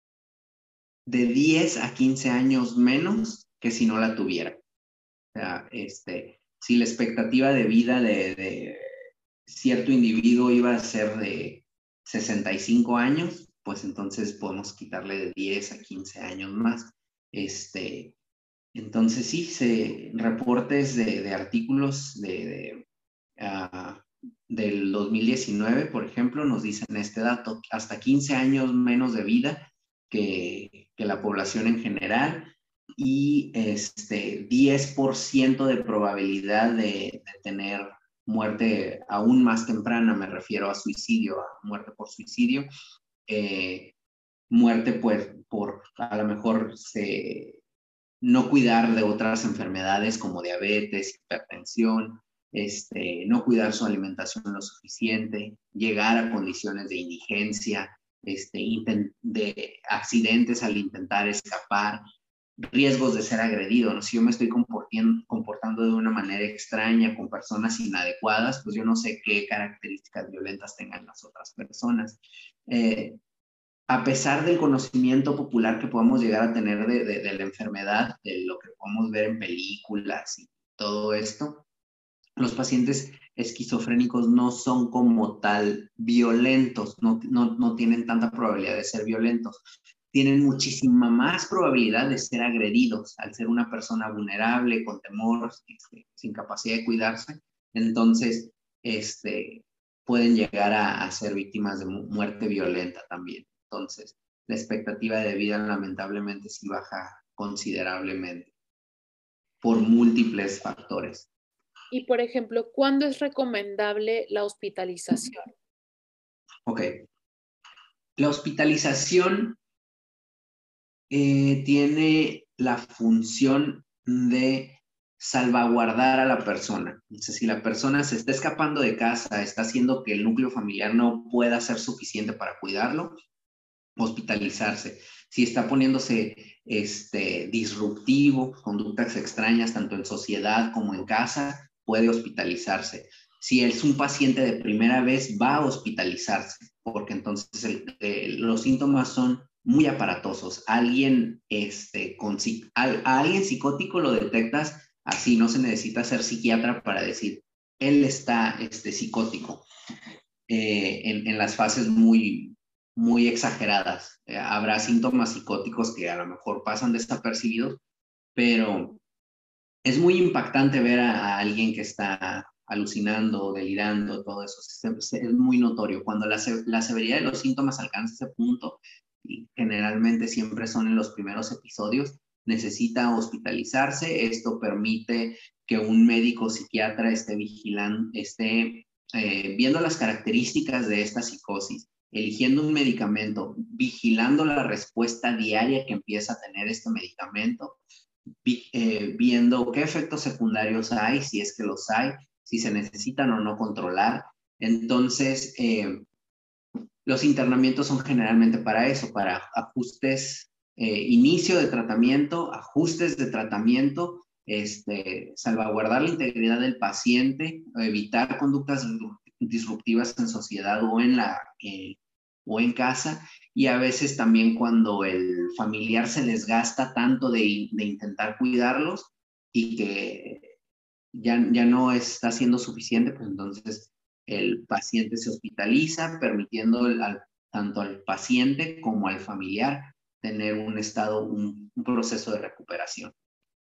Speaker 2: De diez a quince años menos que si no la tuviera. O sea, este, si la expectativa de vida de, de cierto individuo iba a ser de sesenta y cinco años, pues entonces podemos quitarle de diez a quince años más. Este, entonces sí, se, reportes de, de artículos de, de, uh, del dos mil diecinueve, por ejemplo, nos dicen este dato, hasta quince años menos de vida que, que la población en general, y este, diez por ciento de probabilidad de, de tener muerte aún más temprana, me refiero a suicidio, a muerte por suicidio, eh, muerte pues, por a lo mejor se, no cuidar de otras enfermedades como diabetes, hipertensión, este, no cuidar su alimentación lo suficiente, llegar a condiciones de indigencia, este, de accidentes al intentar escapar, riesgos de ser agredido, ¿no? Si yo me estoy comportando de una manera extraña con personas inadecuadas, pues yo no sé qué características violentas tengan las otras personas. Eh, a pesar del conocimiento popular que podamos llegar a tener de, de, de la enfermedad, de lo que podemos ver en películas y todo esto, los pacientes esquizofrénicos no son como tal violentos, no, no, no tienen tanta probabilidad de ser violentos. Tienen muchísima más probabilidad de ser agredidos al ser una persona vulnerable, con temor, este, sin capacidad de cuidarse. Entonces, este, pueden llegar a, a ser víctimas de mu muerte violenta también. Entonces, la expectativa de vida lamentablemente sí baja considerablemente por múltiples factores.
Speaker 3: Y, por ejemplo, ¿cuándo es recomendable la hospitalización?
Speaker 2: Ok. La hospitalización eh, tiene la función de salvaguardar a la persona. Entonces, si la persona se está escapando de casa, está haciendo que el núcleo familiar no pueda ser suficiente para cuidarlo, hospitalizarse. Si está poniéndose este, disruptivo, conductas extrañas, tanto en sociedad como en casa, puede hospitalizarse. Si es un paciente de primera vez, va a hospitalizarse, porque entonces el, eh, los síntomas son muy aparatosos. Alguien, este, con, a, a alguien psicótico lo detectas así, no se necesita ser psiquiatra para decir, él está este, psicótico. Eh, en, en las fases muy, muy exageradas. Eh, habrá síntomas psicóticos que a lo mejor pasan desapercibidos, pero es muy impactante ver a, a alguien que está alucinando, delirando, todo eso. Es, es muy notorio. Cuando la, la severidad de los síntomas alcanza ese punto, y generalmente siempre son en los primeros episodios, necesita hospitalizarse. Esto permite que un médico psiquiatra esté vigilando, esté eh, viendo las características de esta psicosis, eligiendo un medicamento, vigilando la respuesta diaria que empieza a tener este medicamento, vi, eh, viendo qué efectos secundarios hay, si es que los hay, si se necesitan o no controlar. Entonces, eh, los internamientos son generalmente para eso, para ajustes, eh, inicio de tratamiento, ajustes de tratamiento, este, salvaguardar la integridad del paciente, evitar conductas disruptivas en sociedad o en, la, eh, o en casa, y a veces también cuando el familiar se les gasta tanto de, de intentar cuidarlos y que ya, ya no está siendo suficiente, pues entonces el paciente se hospitaliza, permitiendo al, tanto al paciente como al familiar tener un estado, un, un proceso de recuperación.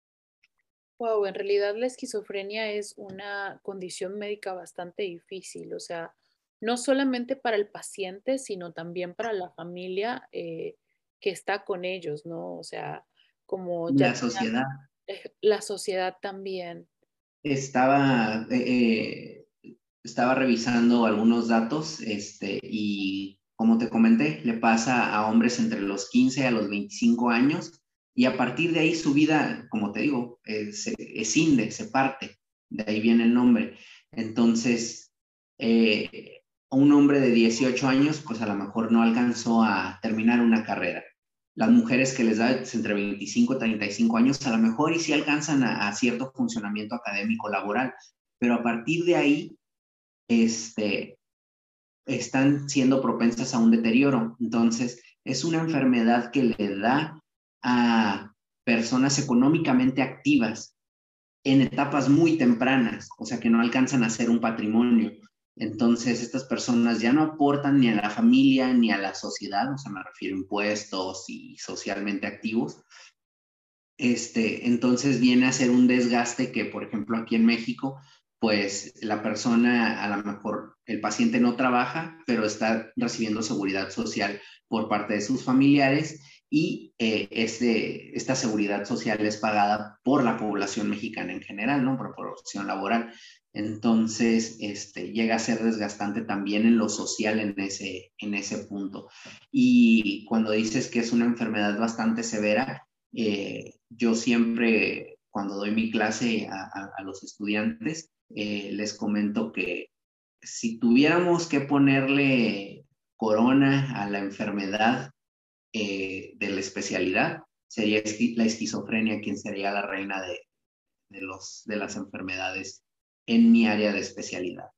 Speaker 3: Wow, en realidad la esquizofrenia es una condición médica bastante difícil, o sea, no solamente para el paciente, sino también para la familia eh, que está con ellos, ¿no? O sea, como ya
Speaker 2: La sociedad.
Speaker 3: eh, la sociedad también.
Speaker 2: Estaba, eh, estaba revisando algunos datos este, y como te comenté, le pasa a hombres entre los quince a los veinticinco años y a partir de ahí su vida, como te digo, eh, se escinde, se parte, de ahí viene el nombre. Entonces, eh, un hombre de dieciocho años, pues a lo mejor no alcanzó a terminar una carrera. Las mujeres que les da entre veinticinco y treinta y cinco años, a lo mejor y sí alcanzan a, a cierto funcionamiento académico laboral, pero a partir de ahí, este, están siendo propensas a un deterioro. Entonces, es una enfermedad que le da a personas económicamente activas en etapas muy tempranas, o sea, que no alcanzan a ser un patrimonio. Entonces, estas personas ya no aportan ni a la familia ni a la sociedad, o sea, me refiero a impuestos y socialmente activos. Este, entonces viene a ser un desgaste que, por ejemplo, aquí en México, pues la persona, a lo mejor el paciente no trabaja, pero está recibiendo seguridad social por parte de sus familiares y eh, este, esta seguridad social es pagada por la población mexicana en general, ¿no? Por proporción laboral. Entonces, este, llega a ser desgastante también en lo social en ese, en ese punto. Y cuando dices que es una enfermedad bastante severa, eh, yo siempre, cuando doy mi clase a, a, a los estudiantes, eh, les comento que si tuviéramos que ponerle corona a la enfermedad eh, de la especialidad, sería la esquizofrenia quien sería la reina de, de, los, de las enfermedades en mi área de especialidad.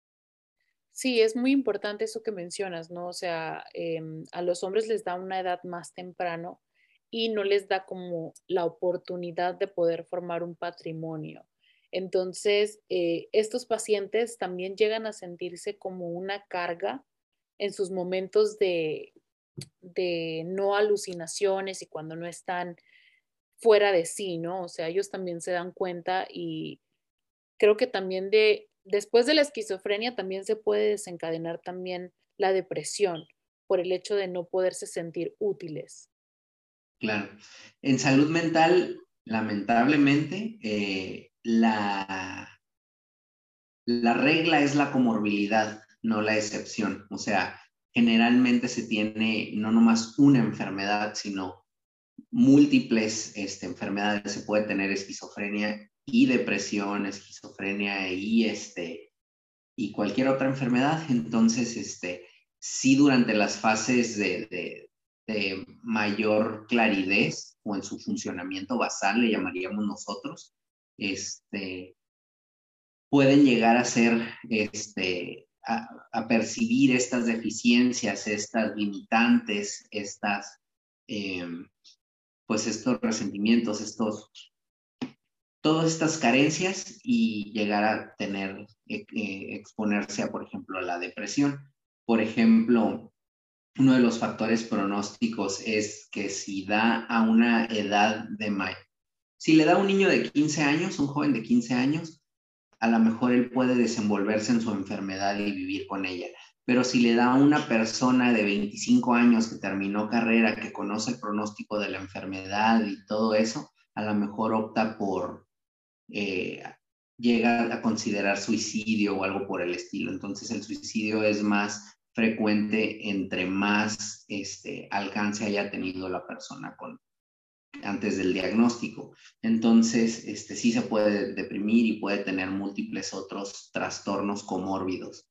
Speaker 3: Sí, es muy importante eso que mencionas, ¿no? O sea, eh, a los hombres les da una edad más temprano y no les da como la oportunidad de poder formar un patrimonio. Entonces, eh, estos pacientes también llegan a sentirse como una carga en sus momentos de, de no alucinaciones y cuando no están fuera de sí, ¿no? O sea, ellos también se dan cuenta y creo que también de, después de la esquizofrenia también se puede desencadenar también la depresión por el hecho de no poderse sentir útiles.
Speaker 2: Claro. En salud mental, lamentablemente, eh, la, la regla es la comorbilidad, no la excepción. O sea, generalmente se tiene no nomás una enfermedad, sino múltiples este, enfermedades. Se puede tener esquizofrenia y depresión, esquizofrenia y, este, y cualquier otra enfermedad. Entonces, este, sí, durante las fases de, de, de mayor claridad o en su funcionamiento basal, le llamaríamos nosotros, este, pueden llegar a ser, este, a, a percibir estas deficiencias, estas limitantes, estas, eh, pues estos resentimientos, estos, todas estas carencias y llegar a tener, eh, exponerse a, por ejemplo, a la depresión. Por ejemplo, uno de los factores pronósticos es que si da a una edad de mayor, si le da a un niño de quince años, un joven de quince años, a lo mejor él puede desenvolverse en su enfermedad y vivir con ella. Pero si le da a una persona de veinticinco años que terminó carrera, que conoce el pronóstico de la enfermedad y todo eso, a lo mejor opta por, eh, llega a considerar suicidio o algo por el estilo. Entonces el suicidio es más frecuente entre más este, alcance haya tenido la persona con, antes del diagnóstico. Entonces, este, sí se puede deprimir y puede tener múltiples otros trastornos comórbidos.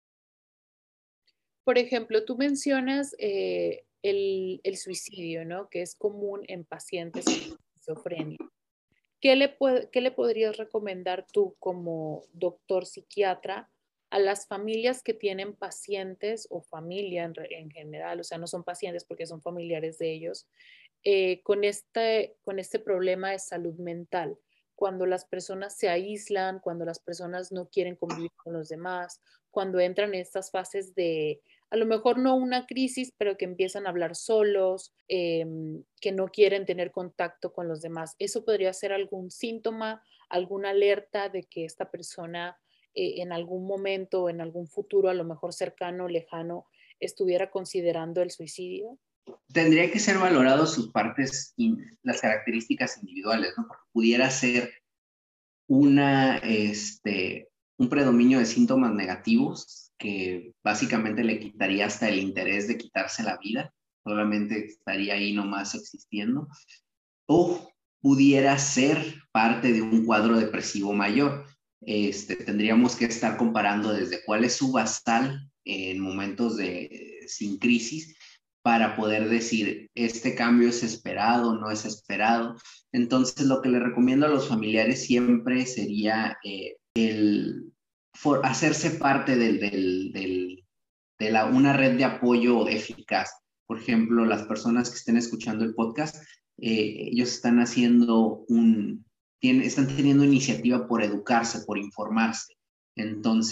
Speaker 3: Por ejemplo, tú mencionas eh, el, el suicidio, ¿no? Que es común en pacientes con esquizofrenia. ¿Qué le, ¿Qué le podrías recomendar tú como doctor psiquiatra a las familias que tienen pacientes o familia en, en general, o sea, no son pacientes porque son familiares de ellos, eh, con, este, con este problema de salud mental? Cuando las personas se aíslan, cuando las personas no quieren convivir con los demás, cuando entran en estas fases de, a lo mejor no una crisis, pero que empiezan a hablar solos, eh, que no quieren tener contacto con los demás. ¿Eso podría ser algún síntoma, alguna alerta de que esta persona eh, en algún momento o en algún futuro, a lo mejor cercano o lejano, estuviera considerando el suicidio?
Speaker 2: Tendría que ser valorado sus partes, las características individuales, ¿no? Porque pudiera ser una, este, un predominio de síntomas negativos que básicamente le quitaría hasta el interés de quitarse la vida, solamente estaría ahí nomás existiendo, o pudiera ser parte de un cuadro depresivo mayor. Este, tendríamos que estar comparando desde cuál es su basal en momentos de sin crisis para poder decir, este cambio es esperado, no es esperado. Entonces, lo que le recomiendo a los familiares siempre sería eh, el for, hacerse parte del, del, del, de la, una red de apoyo eficaz. Por ejemplo, las personas que estén escuchando el podcast, eh, ellos están haciendo un, tienen, están teniendo iniciativa por educarse, por informarse. Entonces,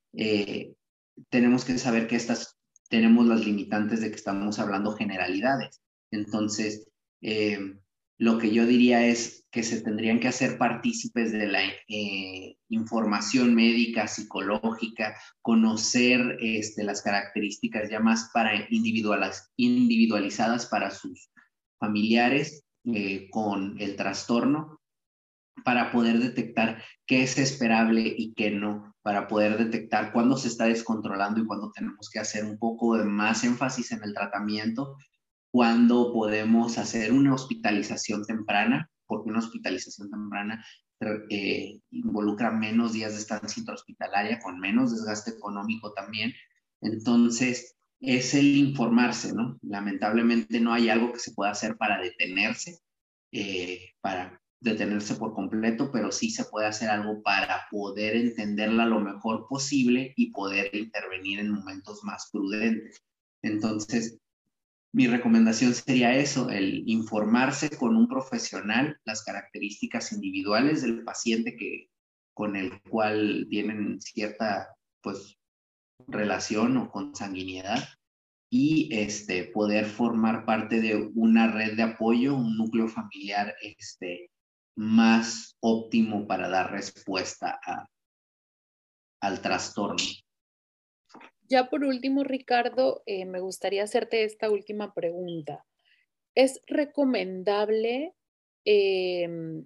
Speaker 2: eh, tenemos que saber que estas tenemos las limitantes de que estamos hablando generalidades. Entonces, eh, lo que yo diría es que se tendrían que hacer partícipes de la eh, información médica, psicológica, conocer este, las características ya más para individuales, individualizadas para sus familiares eh, con el trastorno, para poder detectar qué es esperable y qué no, para poder detectar cuándo se está descontrolando y cuándo tenemos que hacer un poco de más énfasis en el tratamiento, cuándo podemos hacer una hospitalización temprana, porque una hospitalización temprana eh, involucra menos días de estancia intrahospitalaria, con menos desgaste económico también. Entonces, es el informarse, ¿no? Lamentablemente no hay algo que se pueda hacer para detenerse, eh, para detenerse por completo, pero sí se puede hacer algo para poder entenderla lo mejor posible y poder intervenir en momentos más prudentes. Entonces, mi recomendación sería eso, el informarse con un profesional, las características individuales del paciente que, con el cual tienen cierta pues, relación o consanguinidad, y este, poder formar parte de una red de apoyo, un núcleo familiar este, más óptimo para dar respuesta a, al trastorno.
Speaker 3: Ya por último, Ricardo, eh, me gustaría hacerte esta última pregunta. ¿Es recomendable, eh,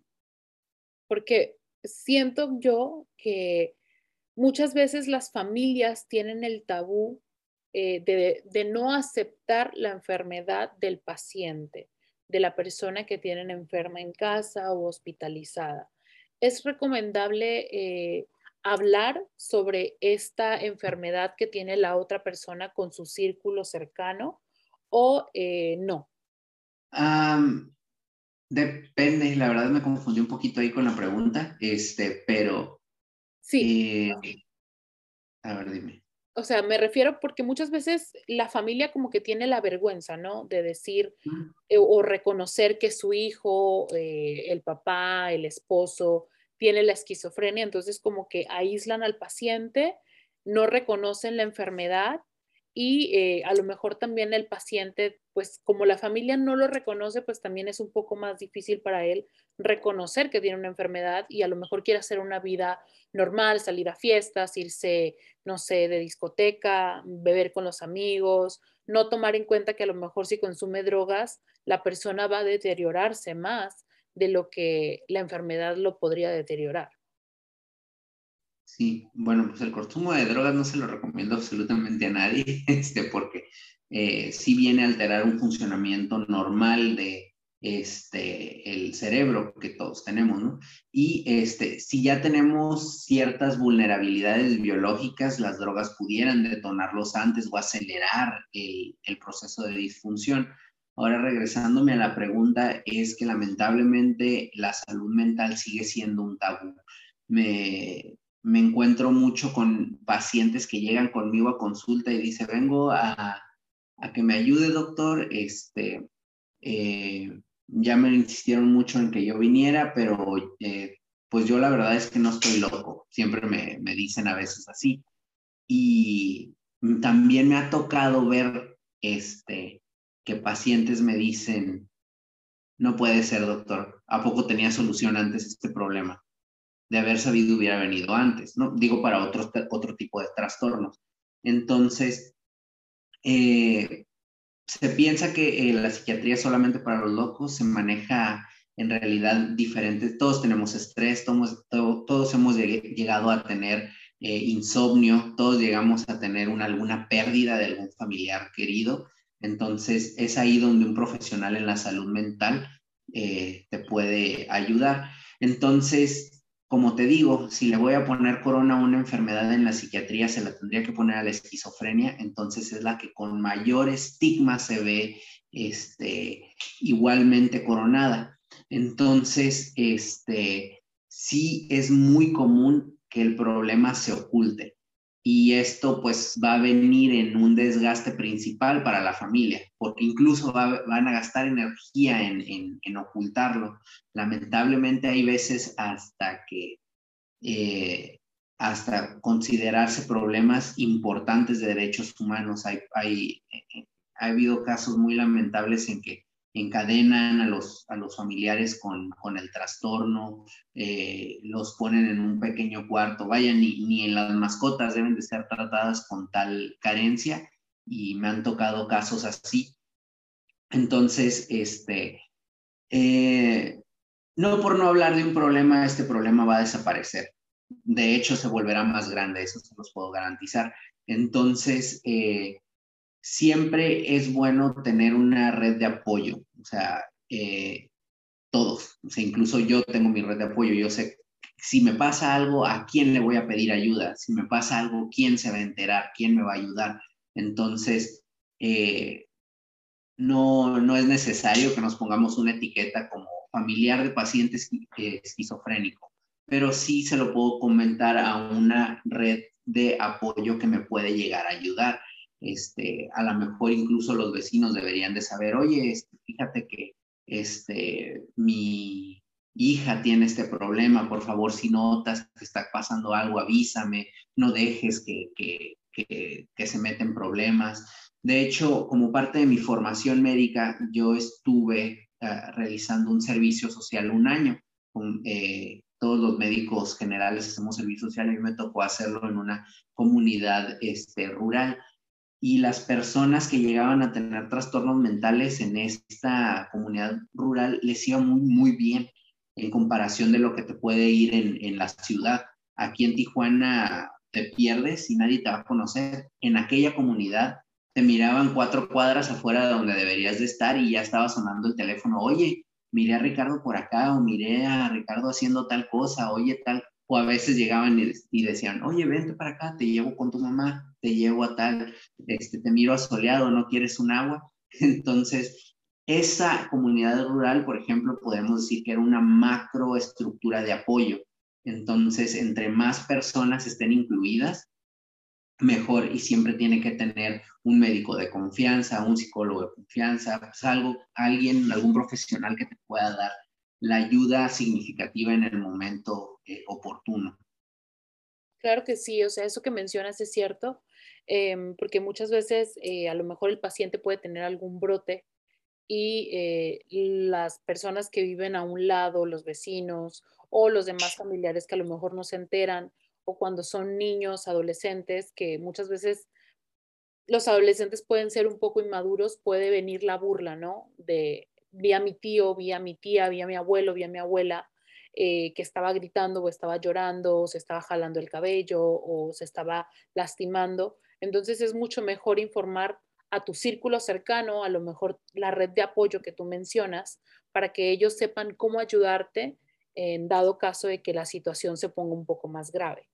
Speaker 3: porque siento yo que muchas veces las familias tienen el tabú eh, de, de no aceptar la enfermedad del paciente, de la persona que tienen enferma en casa o hospitalizada? ¿Es recomendable eh, hablar sobre esta enfermedad que tiene la otra persona con su círculo cercano o eh, no?
Speaker 2: Um, depende, la verdad me confundí un poquito ahí con la pregunta, este, pero...
Speaker 3: Sí.
Speaker 2: Eh, a ver, dime.
Speaker 3: O sea, me refiero porque muchas veces la familia como que tiene la vergüenza, ¿no? De decir eh, o reconocer que su hijo, eh, el papá, el esposo, tiene la esquizofrenia, entonces como que aíslan al paciente, no reconocen la enfermedad y eh, a lo mejor también el paciente, pues como la familia no lo reconoce, pues también es un poco más difícil para él reconocer que tiene una enfermedad y a lo mejor quiere hacer una vida normal, salir a fiestas, irse, no sé, de discoteca, beber con los amigos, no tomar en cuenta que a lo mejor si consume drogas, la persona va a deteriorarse más de lo que la enfermedad lo podría deteriorar.
Speaker 2: Sí, bueno, pues el consumo de drogas no se lo recomiendo absolutamente a nadie, este, porque eh, sí viene a alterar un funcionamiento normal de este, el cerebro que todos tenemos, ¿no? Y este, si ya tenemos ciertas vulnerabilidades biológicas, las drogas pudieran detonarlos antes o acelerar el, el proceso de disfunción. Ahora, regresándome a la pregunta, es que lamentablemente la salud mental sigue siendo un tabú. Me, me encuentro mucho con pacientes que llegan conmigo a consulta y dice, vengo a, a que me ayude, doctor, este, eh, ya me insistieron mucho en que yo viniera, pero eh, pues yo la verdad es que no estoy loco, siempre me, me dicen a veces así. Y también me ha tocado ver este, que pacientes me dicen, no puede ser, doctor, ¿a poco tenía solución antes este problema? De haber sabido hubiera venido antes, ¿no? Digo, para otro, otro tipo de trastornos. Entonces, eh, se piensa que eh, la psiquiatría es solamente para los locos, se maneja en realidad diferente. Todos tenemos estrés, todos, to, todos hemos llegado a tener eh, insomnio, todos llegamos a tener una, alguna pérdida de algún familiar querido. Entonces, es ahí donde un profesional en la salud mental eh, te puede ayudar. Entonces, como te digo, si le voy a poner corona a una enfermedad en la psiquiatría, se la tendría que poner a la esquizofrenia, entonces es la que con mayor estigma se ve este, igualmente coronada. Entonces, este, sí es muy común que el problema se oculte. Y esto pues va a venir en un desgaste principal para la familia, porque incluso va, van a gastar energía en, en, en ocultarlo. Lamentablemente hay veces hasta que eh, hasta considerarse problemas importantes de derechos humanos. Hay, hay, eh, ha habido casos muy lamentables en que encadenan a los, a los familiares con, con el trastorno, eh, los ponen en un pequeño cuarto, vaya, ni, ni en las mascotas deben de ser tratadas con tal carencia, y me han tocado casos así. Entonces, este, eh, no por no hablar de un problema, este problema va a desaparecer. De hecho, se volverá más grande, eso se los puedo garantizar. Entonces, eh, siempre es bueno tener una red de apoyo, o sea, eh, todos, o sea, incluso yo tengo mi red de apoyo, yo sé si me pasa algo, a quién le voy a pedir ayuda, si me pasa algo, quién se va a enterar, quién me va a ayudar. Entonces, eh, no, no es necesario que nos pongamos una etiqueta como familiar de paciente esquizofrénico, pero sí se lo puedo comentar a una red de apoyo que me puede llegar a ayudar. Este, a lo mejor incluso los vecinos deberían de saber, oye, este, fíjate que este, mi hija tiene este problema, por favor, si notas que está pasando algo, avísame, no dejes que, que, que, que se meten problemas. De hecho, como parte de mi formación médica, yo estuve uh, realizando un servicio social un año. Con, eh, todos los médicos generales hacemos servicio social, a mí me tocó hacerlo en una comunidad este, rural. Y las personas que llegaban a tener trastornos mentales en esta comunidad rural les iba muy, muy bien en comparación de lo que te puede ir en, en la ciudad. Aquí en Tijuana te pierdes y nadie te va a conocer. En aquella comunidad te miraban cuatro cuadras afuera de donde deberías de estar y ya estaba sonando el teléfono. Oye, miré a Ricardo por acá, o miré a Ricardo haciendo tal cosa, oye, tal. O a veces llegaban y, y decían, oye, vente para acá, te llevo con tu mamá, te llevo a tal, este, te miro asoleado, ¿no quieres un agua? Entonces, esa comunidad rural, por ejemplo, podemos decir que era una macroestructura de apoyo. Entonces, entre más personas estén incluidas, mejor, y siempre tiene que tener un médico de confianza, un psicólogo de confianza, pues algo, alguien, algún profesional que te pueda dar la ayuda significativa en el momento eh, oportuno.
Speaker 3: Claro que sí, o sea, eso que mencionas es cierto, eh, porque muchas veces eh, a lo mejor el paciente puede tener algún brote y eh, las personas que viven a un lado, los vecinos o los demás familiares que a lo mejor no se enteran, o cuando son niños, adolescentes, que muchas veces los adolescentes pueden ser un poco inmaduros, puede venir la burla, ¿no? De vi a mi tío, vi a mi tía, vi a mi abuelo, vi a mi abuela, eh, que estaba gritando o estaba llorando, o se estaba jalando el cabello o se estaba lastimando. Entonces es mucho mejor informar a tu círculo cercano, a lo mejor la red de apoyo que tú mencionas, para que ellos sepan cómo ayudarte en dado caso de que la situación se ponga un poco más grave.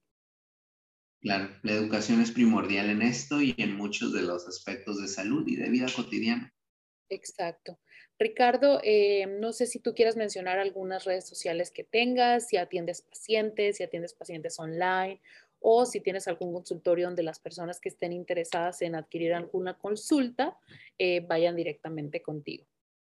Speaker 2: Claro, la educación es primordial en esto y en muchos de los aspectos de salud y de vida cotidiana.
Speaker 3: Exacto. Ricardo, eh, no sé si tú quieras mencionar algunas redes sociales que tengas, si atiendes pacientes, si atiendes pacientes online, o si tienes algún consultorio donde las personas que estén interesadas en adquirir alguna consulta eh, vayan directamente contigo.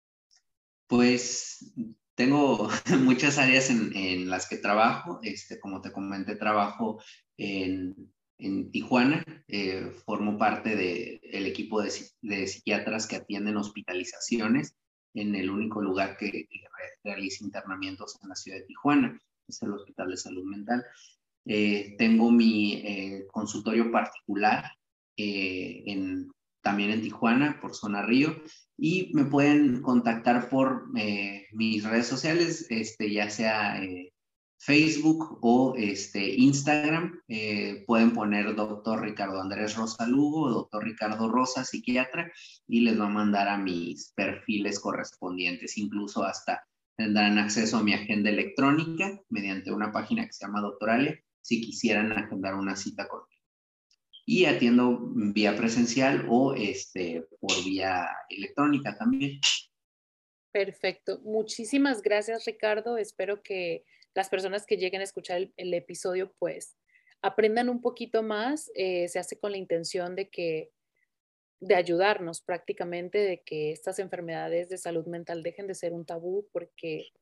Speaker 2: Pues tengo muchas áreas en, en las que trabajo. Este, como te comenté, trabajo en, en Tijuana. Eh, formo parte del equipo de, de psiquiatras que atienden hospitalizaciones en el único lugar que, que realiza internamientos en la ciudad de Tijuana, es el Hospital de Salud Mental. Eh, tengo mi eh, consultorio particular eh, en, también en Tijuana, por Zona Río, y me pueden contactar por eh, mis redes sociales, este, ya sea eh, Facebook o este, Instagram. Eh, pueden poner doctor Ricardo Andrés Rosa Lugo o doctor Ricardo Rosa, psiquiatra, y les va a mandar a mis perfiles correspondientes, incluso hasta tendrán acceso a mi agenda electrónica mediante una página que se llama Doctorale, si quisieran agendar una cita conmigo. Y atiendo vía presencial o este, por vía electrónica también.
Speaker 3: Perfecto. Muchísimas gracias, Ricardo. Espero que las personas que lleguen a escuchar el, el episodio, pues, aprendan un poquito más. Eh, se hace con la intención de que de ayudarnos prácticamente, de que estas enfermedades de salud mental dejen de ser un tabú, porque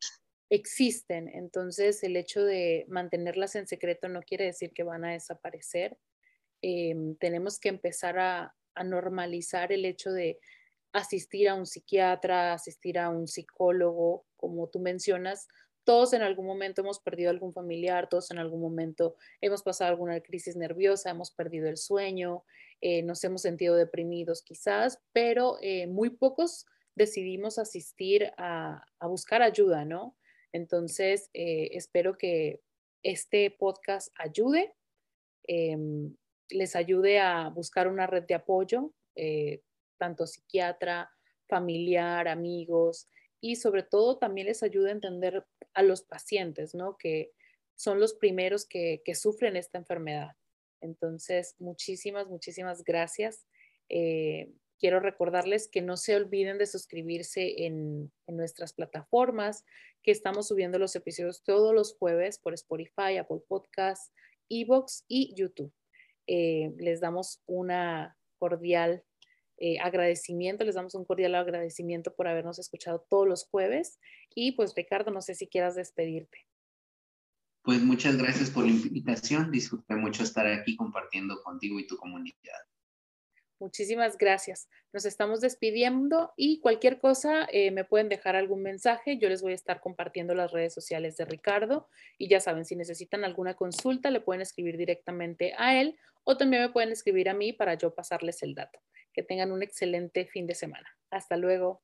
Speaker 3: existen. Entonces, el hecho de mantenerlas en secreto no quiere decir que van a desaparecer. Eh, tenemos que empezar a, a normalizar el hecho de asistir a un psiquiatra, asistir a un psicólogo, como tú mencionas. Todos en algún momento hemos perdido algún familiar, todos en algún momento hemos pasado alguna crisis nerviosa, hemos perdido el sueño, eh, nos hemos sentido deprimidos quizás, pero eh, muy pocos decidimos asistir a, a buscar ayuda, ¿no? Entonces, eh, espero que este podcast ayude, eh, les ayude a buscar una red de apoyo, eh, tanto psiquiatra, familiar, amigos, y sobre todo también les ayude a entender a los pacientes, ¿no? Que son los primeros que, que sufren esta enfermedad. Entonces, muchísimas, muchísimas gracias. Eh, quiero recordarles que no se olviden de suscribirse en, en nuestras plataformas, que estamos subiendo los episodios todos los jueves por Spotify, Apple Podcasts, eVoox y YouTube. Eh, les damos una cordial eh, agradecimiento, les damos un cordial agradecimiento por habernos escuchado todos los jueves. Y pues Ricardo, no sé si quieras despedirte.
Speaker 2: Pues muchas gracias por la invitación. Disfruté mucho estar aquí compartiendo contigo y tu comunidad.
Speaker 3: Muchísimas gracias. Nos estamos despidiendo y cualquier cosa eh, me pueden dejar algún mensaje. Yo les voy a estar compartiendo las redes sociales de Ricardo y ya saben, si necesitan alguna consulta le pueden escribir directamente a él o también me pueden escribir a mí para yo pasarles el dato. Que tengan un excelente fin de semana. Hasta luego.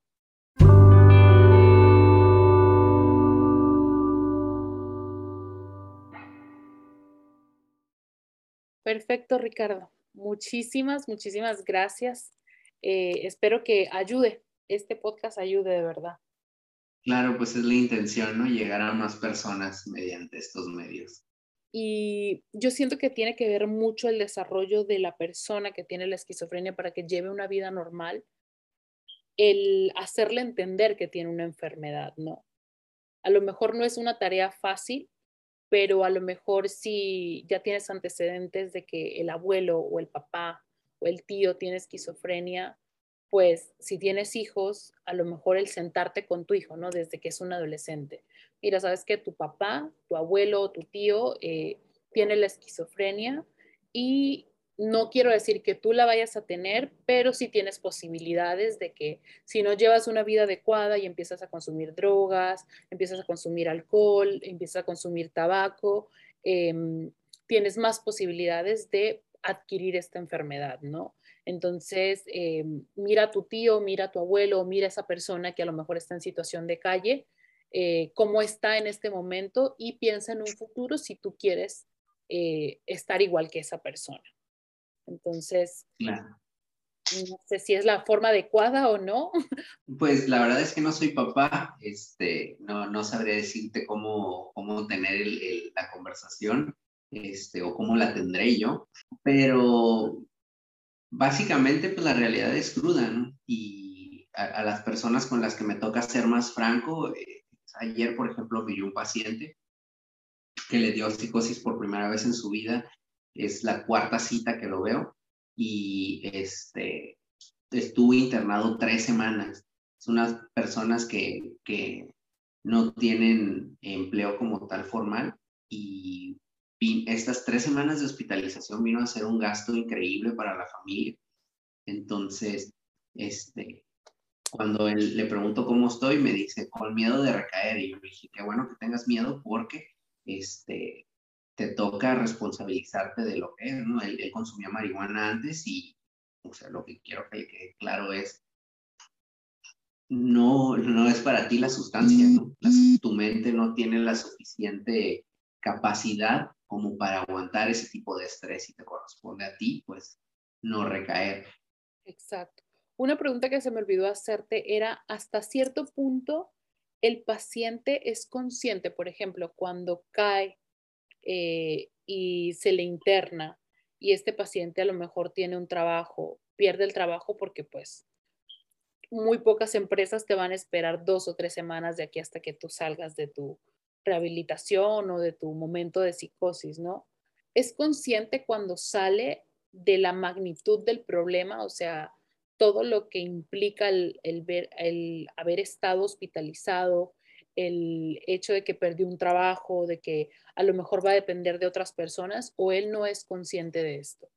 Speaker 3: Perfecto, Ricardo. Muchísimas, muchísimas gracias. Eh, espero que ayude, este podcast ayude de verdad.
Speaker 2: Claro, pues es la intención, ¿no? Llegar a más personas mediante estos medios.
Speaker 3: Y yo siento que tiene que ver mucho el desarrollo de la persona que tiene la esquizofrenia para que lleve una vida normal, el hacerle entender que tiene una enfermedad, ¿no? A lo mejor no es una tarea fácil, pero a lo mejor si ya tienes antecedentes de que el abuelo o el papá o el tío tiene esquizofrenia, pues si tienes hijos, a lo mejor el sentarte con tu hijo, ¿no? Desde que es un adolescente. Mira, sabes que tu papá, tu abuelo o tu tío eh, tiene la esquizofrenia y no quiero decir que tú la vayas a tener, pero sí tienes posibilidades de que si no llevas una vida adecuada y empiezas a consumir drogas, empiezas a consumir alcohol, empiezas a consumir tabaco, eh, tienes más posibilidades de adquirir esta enfermedad, ¿no? Entonces, eh, mira a tu tío, mira a tu abuelo, mira a esa persona que a lo mejor está en situación de calle, eh, cómo está en este momento y piensa en un futuro si tú quieres eh, estar igual que esa persona. Entonces,
Speaker 2: claro.
Speaker 3: No sé si es la forma adecuada o no.
Speaker 2: Pues la verdad es que no soy papá, este, no, no sabré decirte cómo, cómo tener el, el, la conversación, este, o cómo la tendré yo, pero básicamente pues la realidad es cruda, ¿no? Y a, a las personas con las que me toca ser más franco, eh, ayer por ejemplo miré un paciente que le dio psicosis por primera vez en su vida, es la cuarta cita que lo veo, y este, estuve internado tres semanas. Son unas personas que, que no tienen empleo como tal formal y estas tres semanas de hospitalización vino a ser un gasto increíble para la familia. Entonces, este, cuando él, le pregunto cómo estoy, me dice, con miedo de recaer. Y yo le dije, qué bueno que tengas miedo porque este, te toca responsabilizarte de lo que es, ¿no? Él, él consumía marihuana antes y, o sea, lo que quiero que le quede claro es, no, no es para ti la sustancia, ¿no? La, tu mente no tiene la suficiente capacidad como para aguantar ese tipo de estrés y te corresponde a ti, pues, no recaer.
Speaker 3: Exacto. Una pregunta que se me olvidó hacerte era, ¿hasta cierto punto el paciente es consciente, por ejemplo, cuando cae eh, y se le interna y este paciente a lo mejor tiene un trabajo, pierde el trabajo porque pues muy pocas empresas te van a esperar dos o tres semanas de aquí hasta que tú salgas de tu rehabilitación o de tu momento de psicosis, ¿no? Es consciente cuando sale de la magnitud del problema, o sea, todo lo que implica el, el, ver, el haber estado hospitalizado, el hecho de que perdió un trabajo, de que a lo mejor va a depender de otras personas, o él no es consciente de esto?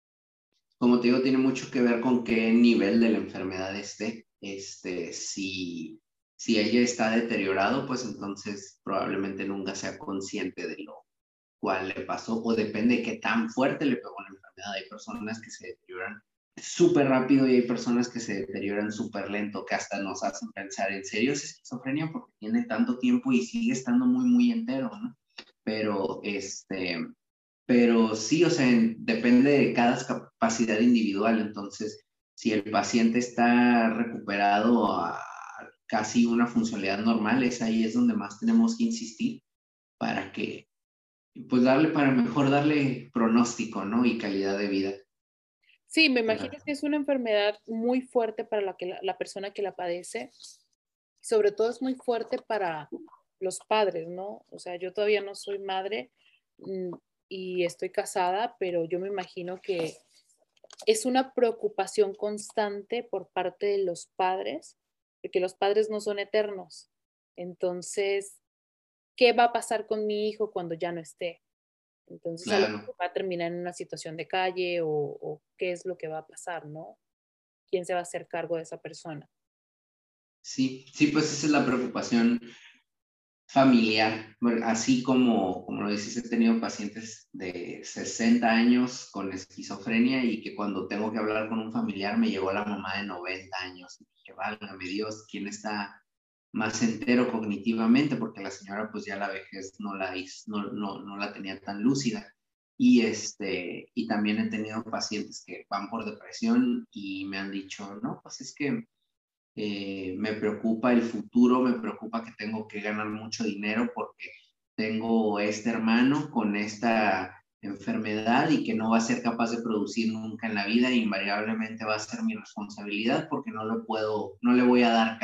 Speaker 2: Como te digo, tiene mucho que ver con qué nivel de la enfermedad esté. Este, si, si ella está deteriorado, pues entonces probablemente nunca sea consciente de lo cual le pasó, o depende de qué tan fuerte le pegó la enfermedad. Hay personas que se deterioran súper rápido y hay personas que se deterioran súper lento, que hasta nos hacen pensar, ¿en serio es esquizofrenia? Porque tiene tanto tiempo y sigue estando muy, muy entero, ¿no? Pero, este, pero sí, o sea, depende de cada capacidad individual. Entonces, si el paciente está recuperado a casi una funcionalidad normal, es ahí es donde más tenemos que insistir para que, pues darle, para mejor darle pronóstico, ¿no? Y calidad de vida.
Speaker 3: Sí, me imagino que es una enfermedad muy fuerte para la, que la, la persona que la padece. Sobre todo es muy fuerte para los padres, ¿no? O sea, yo todavía no soy madre mm, y estoy casada, pero yo me imagino que es una preocupación constante por parte de los padres, porque los padres no son eternos. Entonces, ¿qué va a pasar con mi hijo cuando ya no esté? Entonces, a lo
Speaker 2: Claro.
Speaker 3: mejor va a terminar en una situación de calle o, o qué es lo que va a pasar, ¿no? ¿Quién se va a hacer cargo de esa persona?
Speaker 2: Sí, sí, pues esa es la preocupación familiar. Bueno, así como, como lo dices, he tenido pacientes de sesenta años con esquizofrenia y que cuando tengo que hablar con un familiar me llegó la mamá de noventa años. Y dije, válgame Dios, ¿quién está más entero cognitivamente? Porque la señora pues ya la vejez no la, hizo, no, no, no la tenía tan lúcida. Y, este, y también he tenido pacientes que van por depresión y me han dicho, no, pues es que eh, me preocupa el futuro, me preocupa que tengo que ganar mucho dinero porque tengo este hermano con esta enfermedad y que no va a ser capaz de producir nunca en la vida, e invariablemente va a ser mi responsabilidad porque no lo puedo, no le voy a dar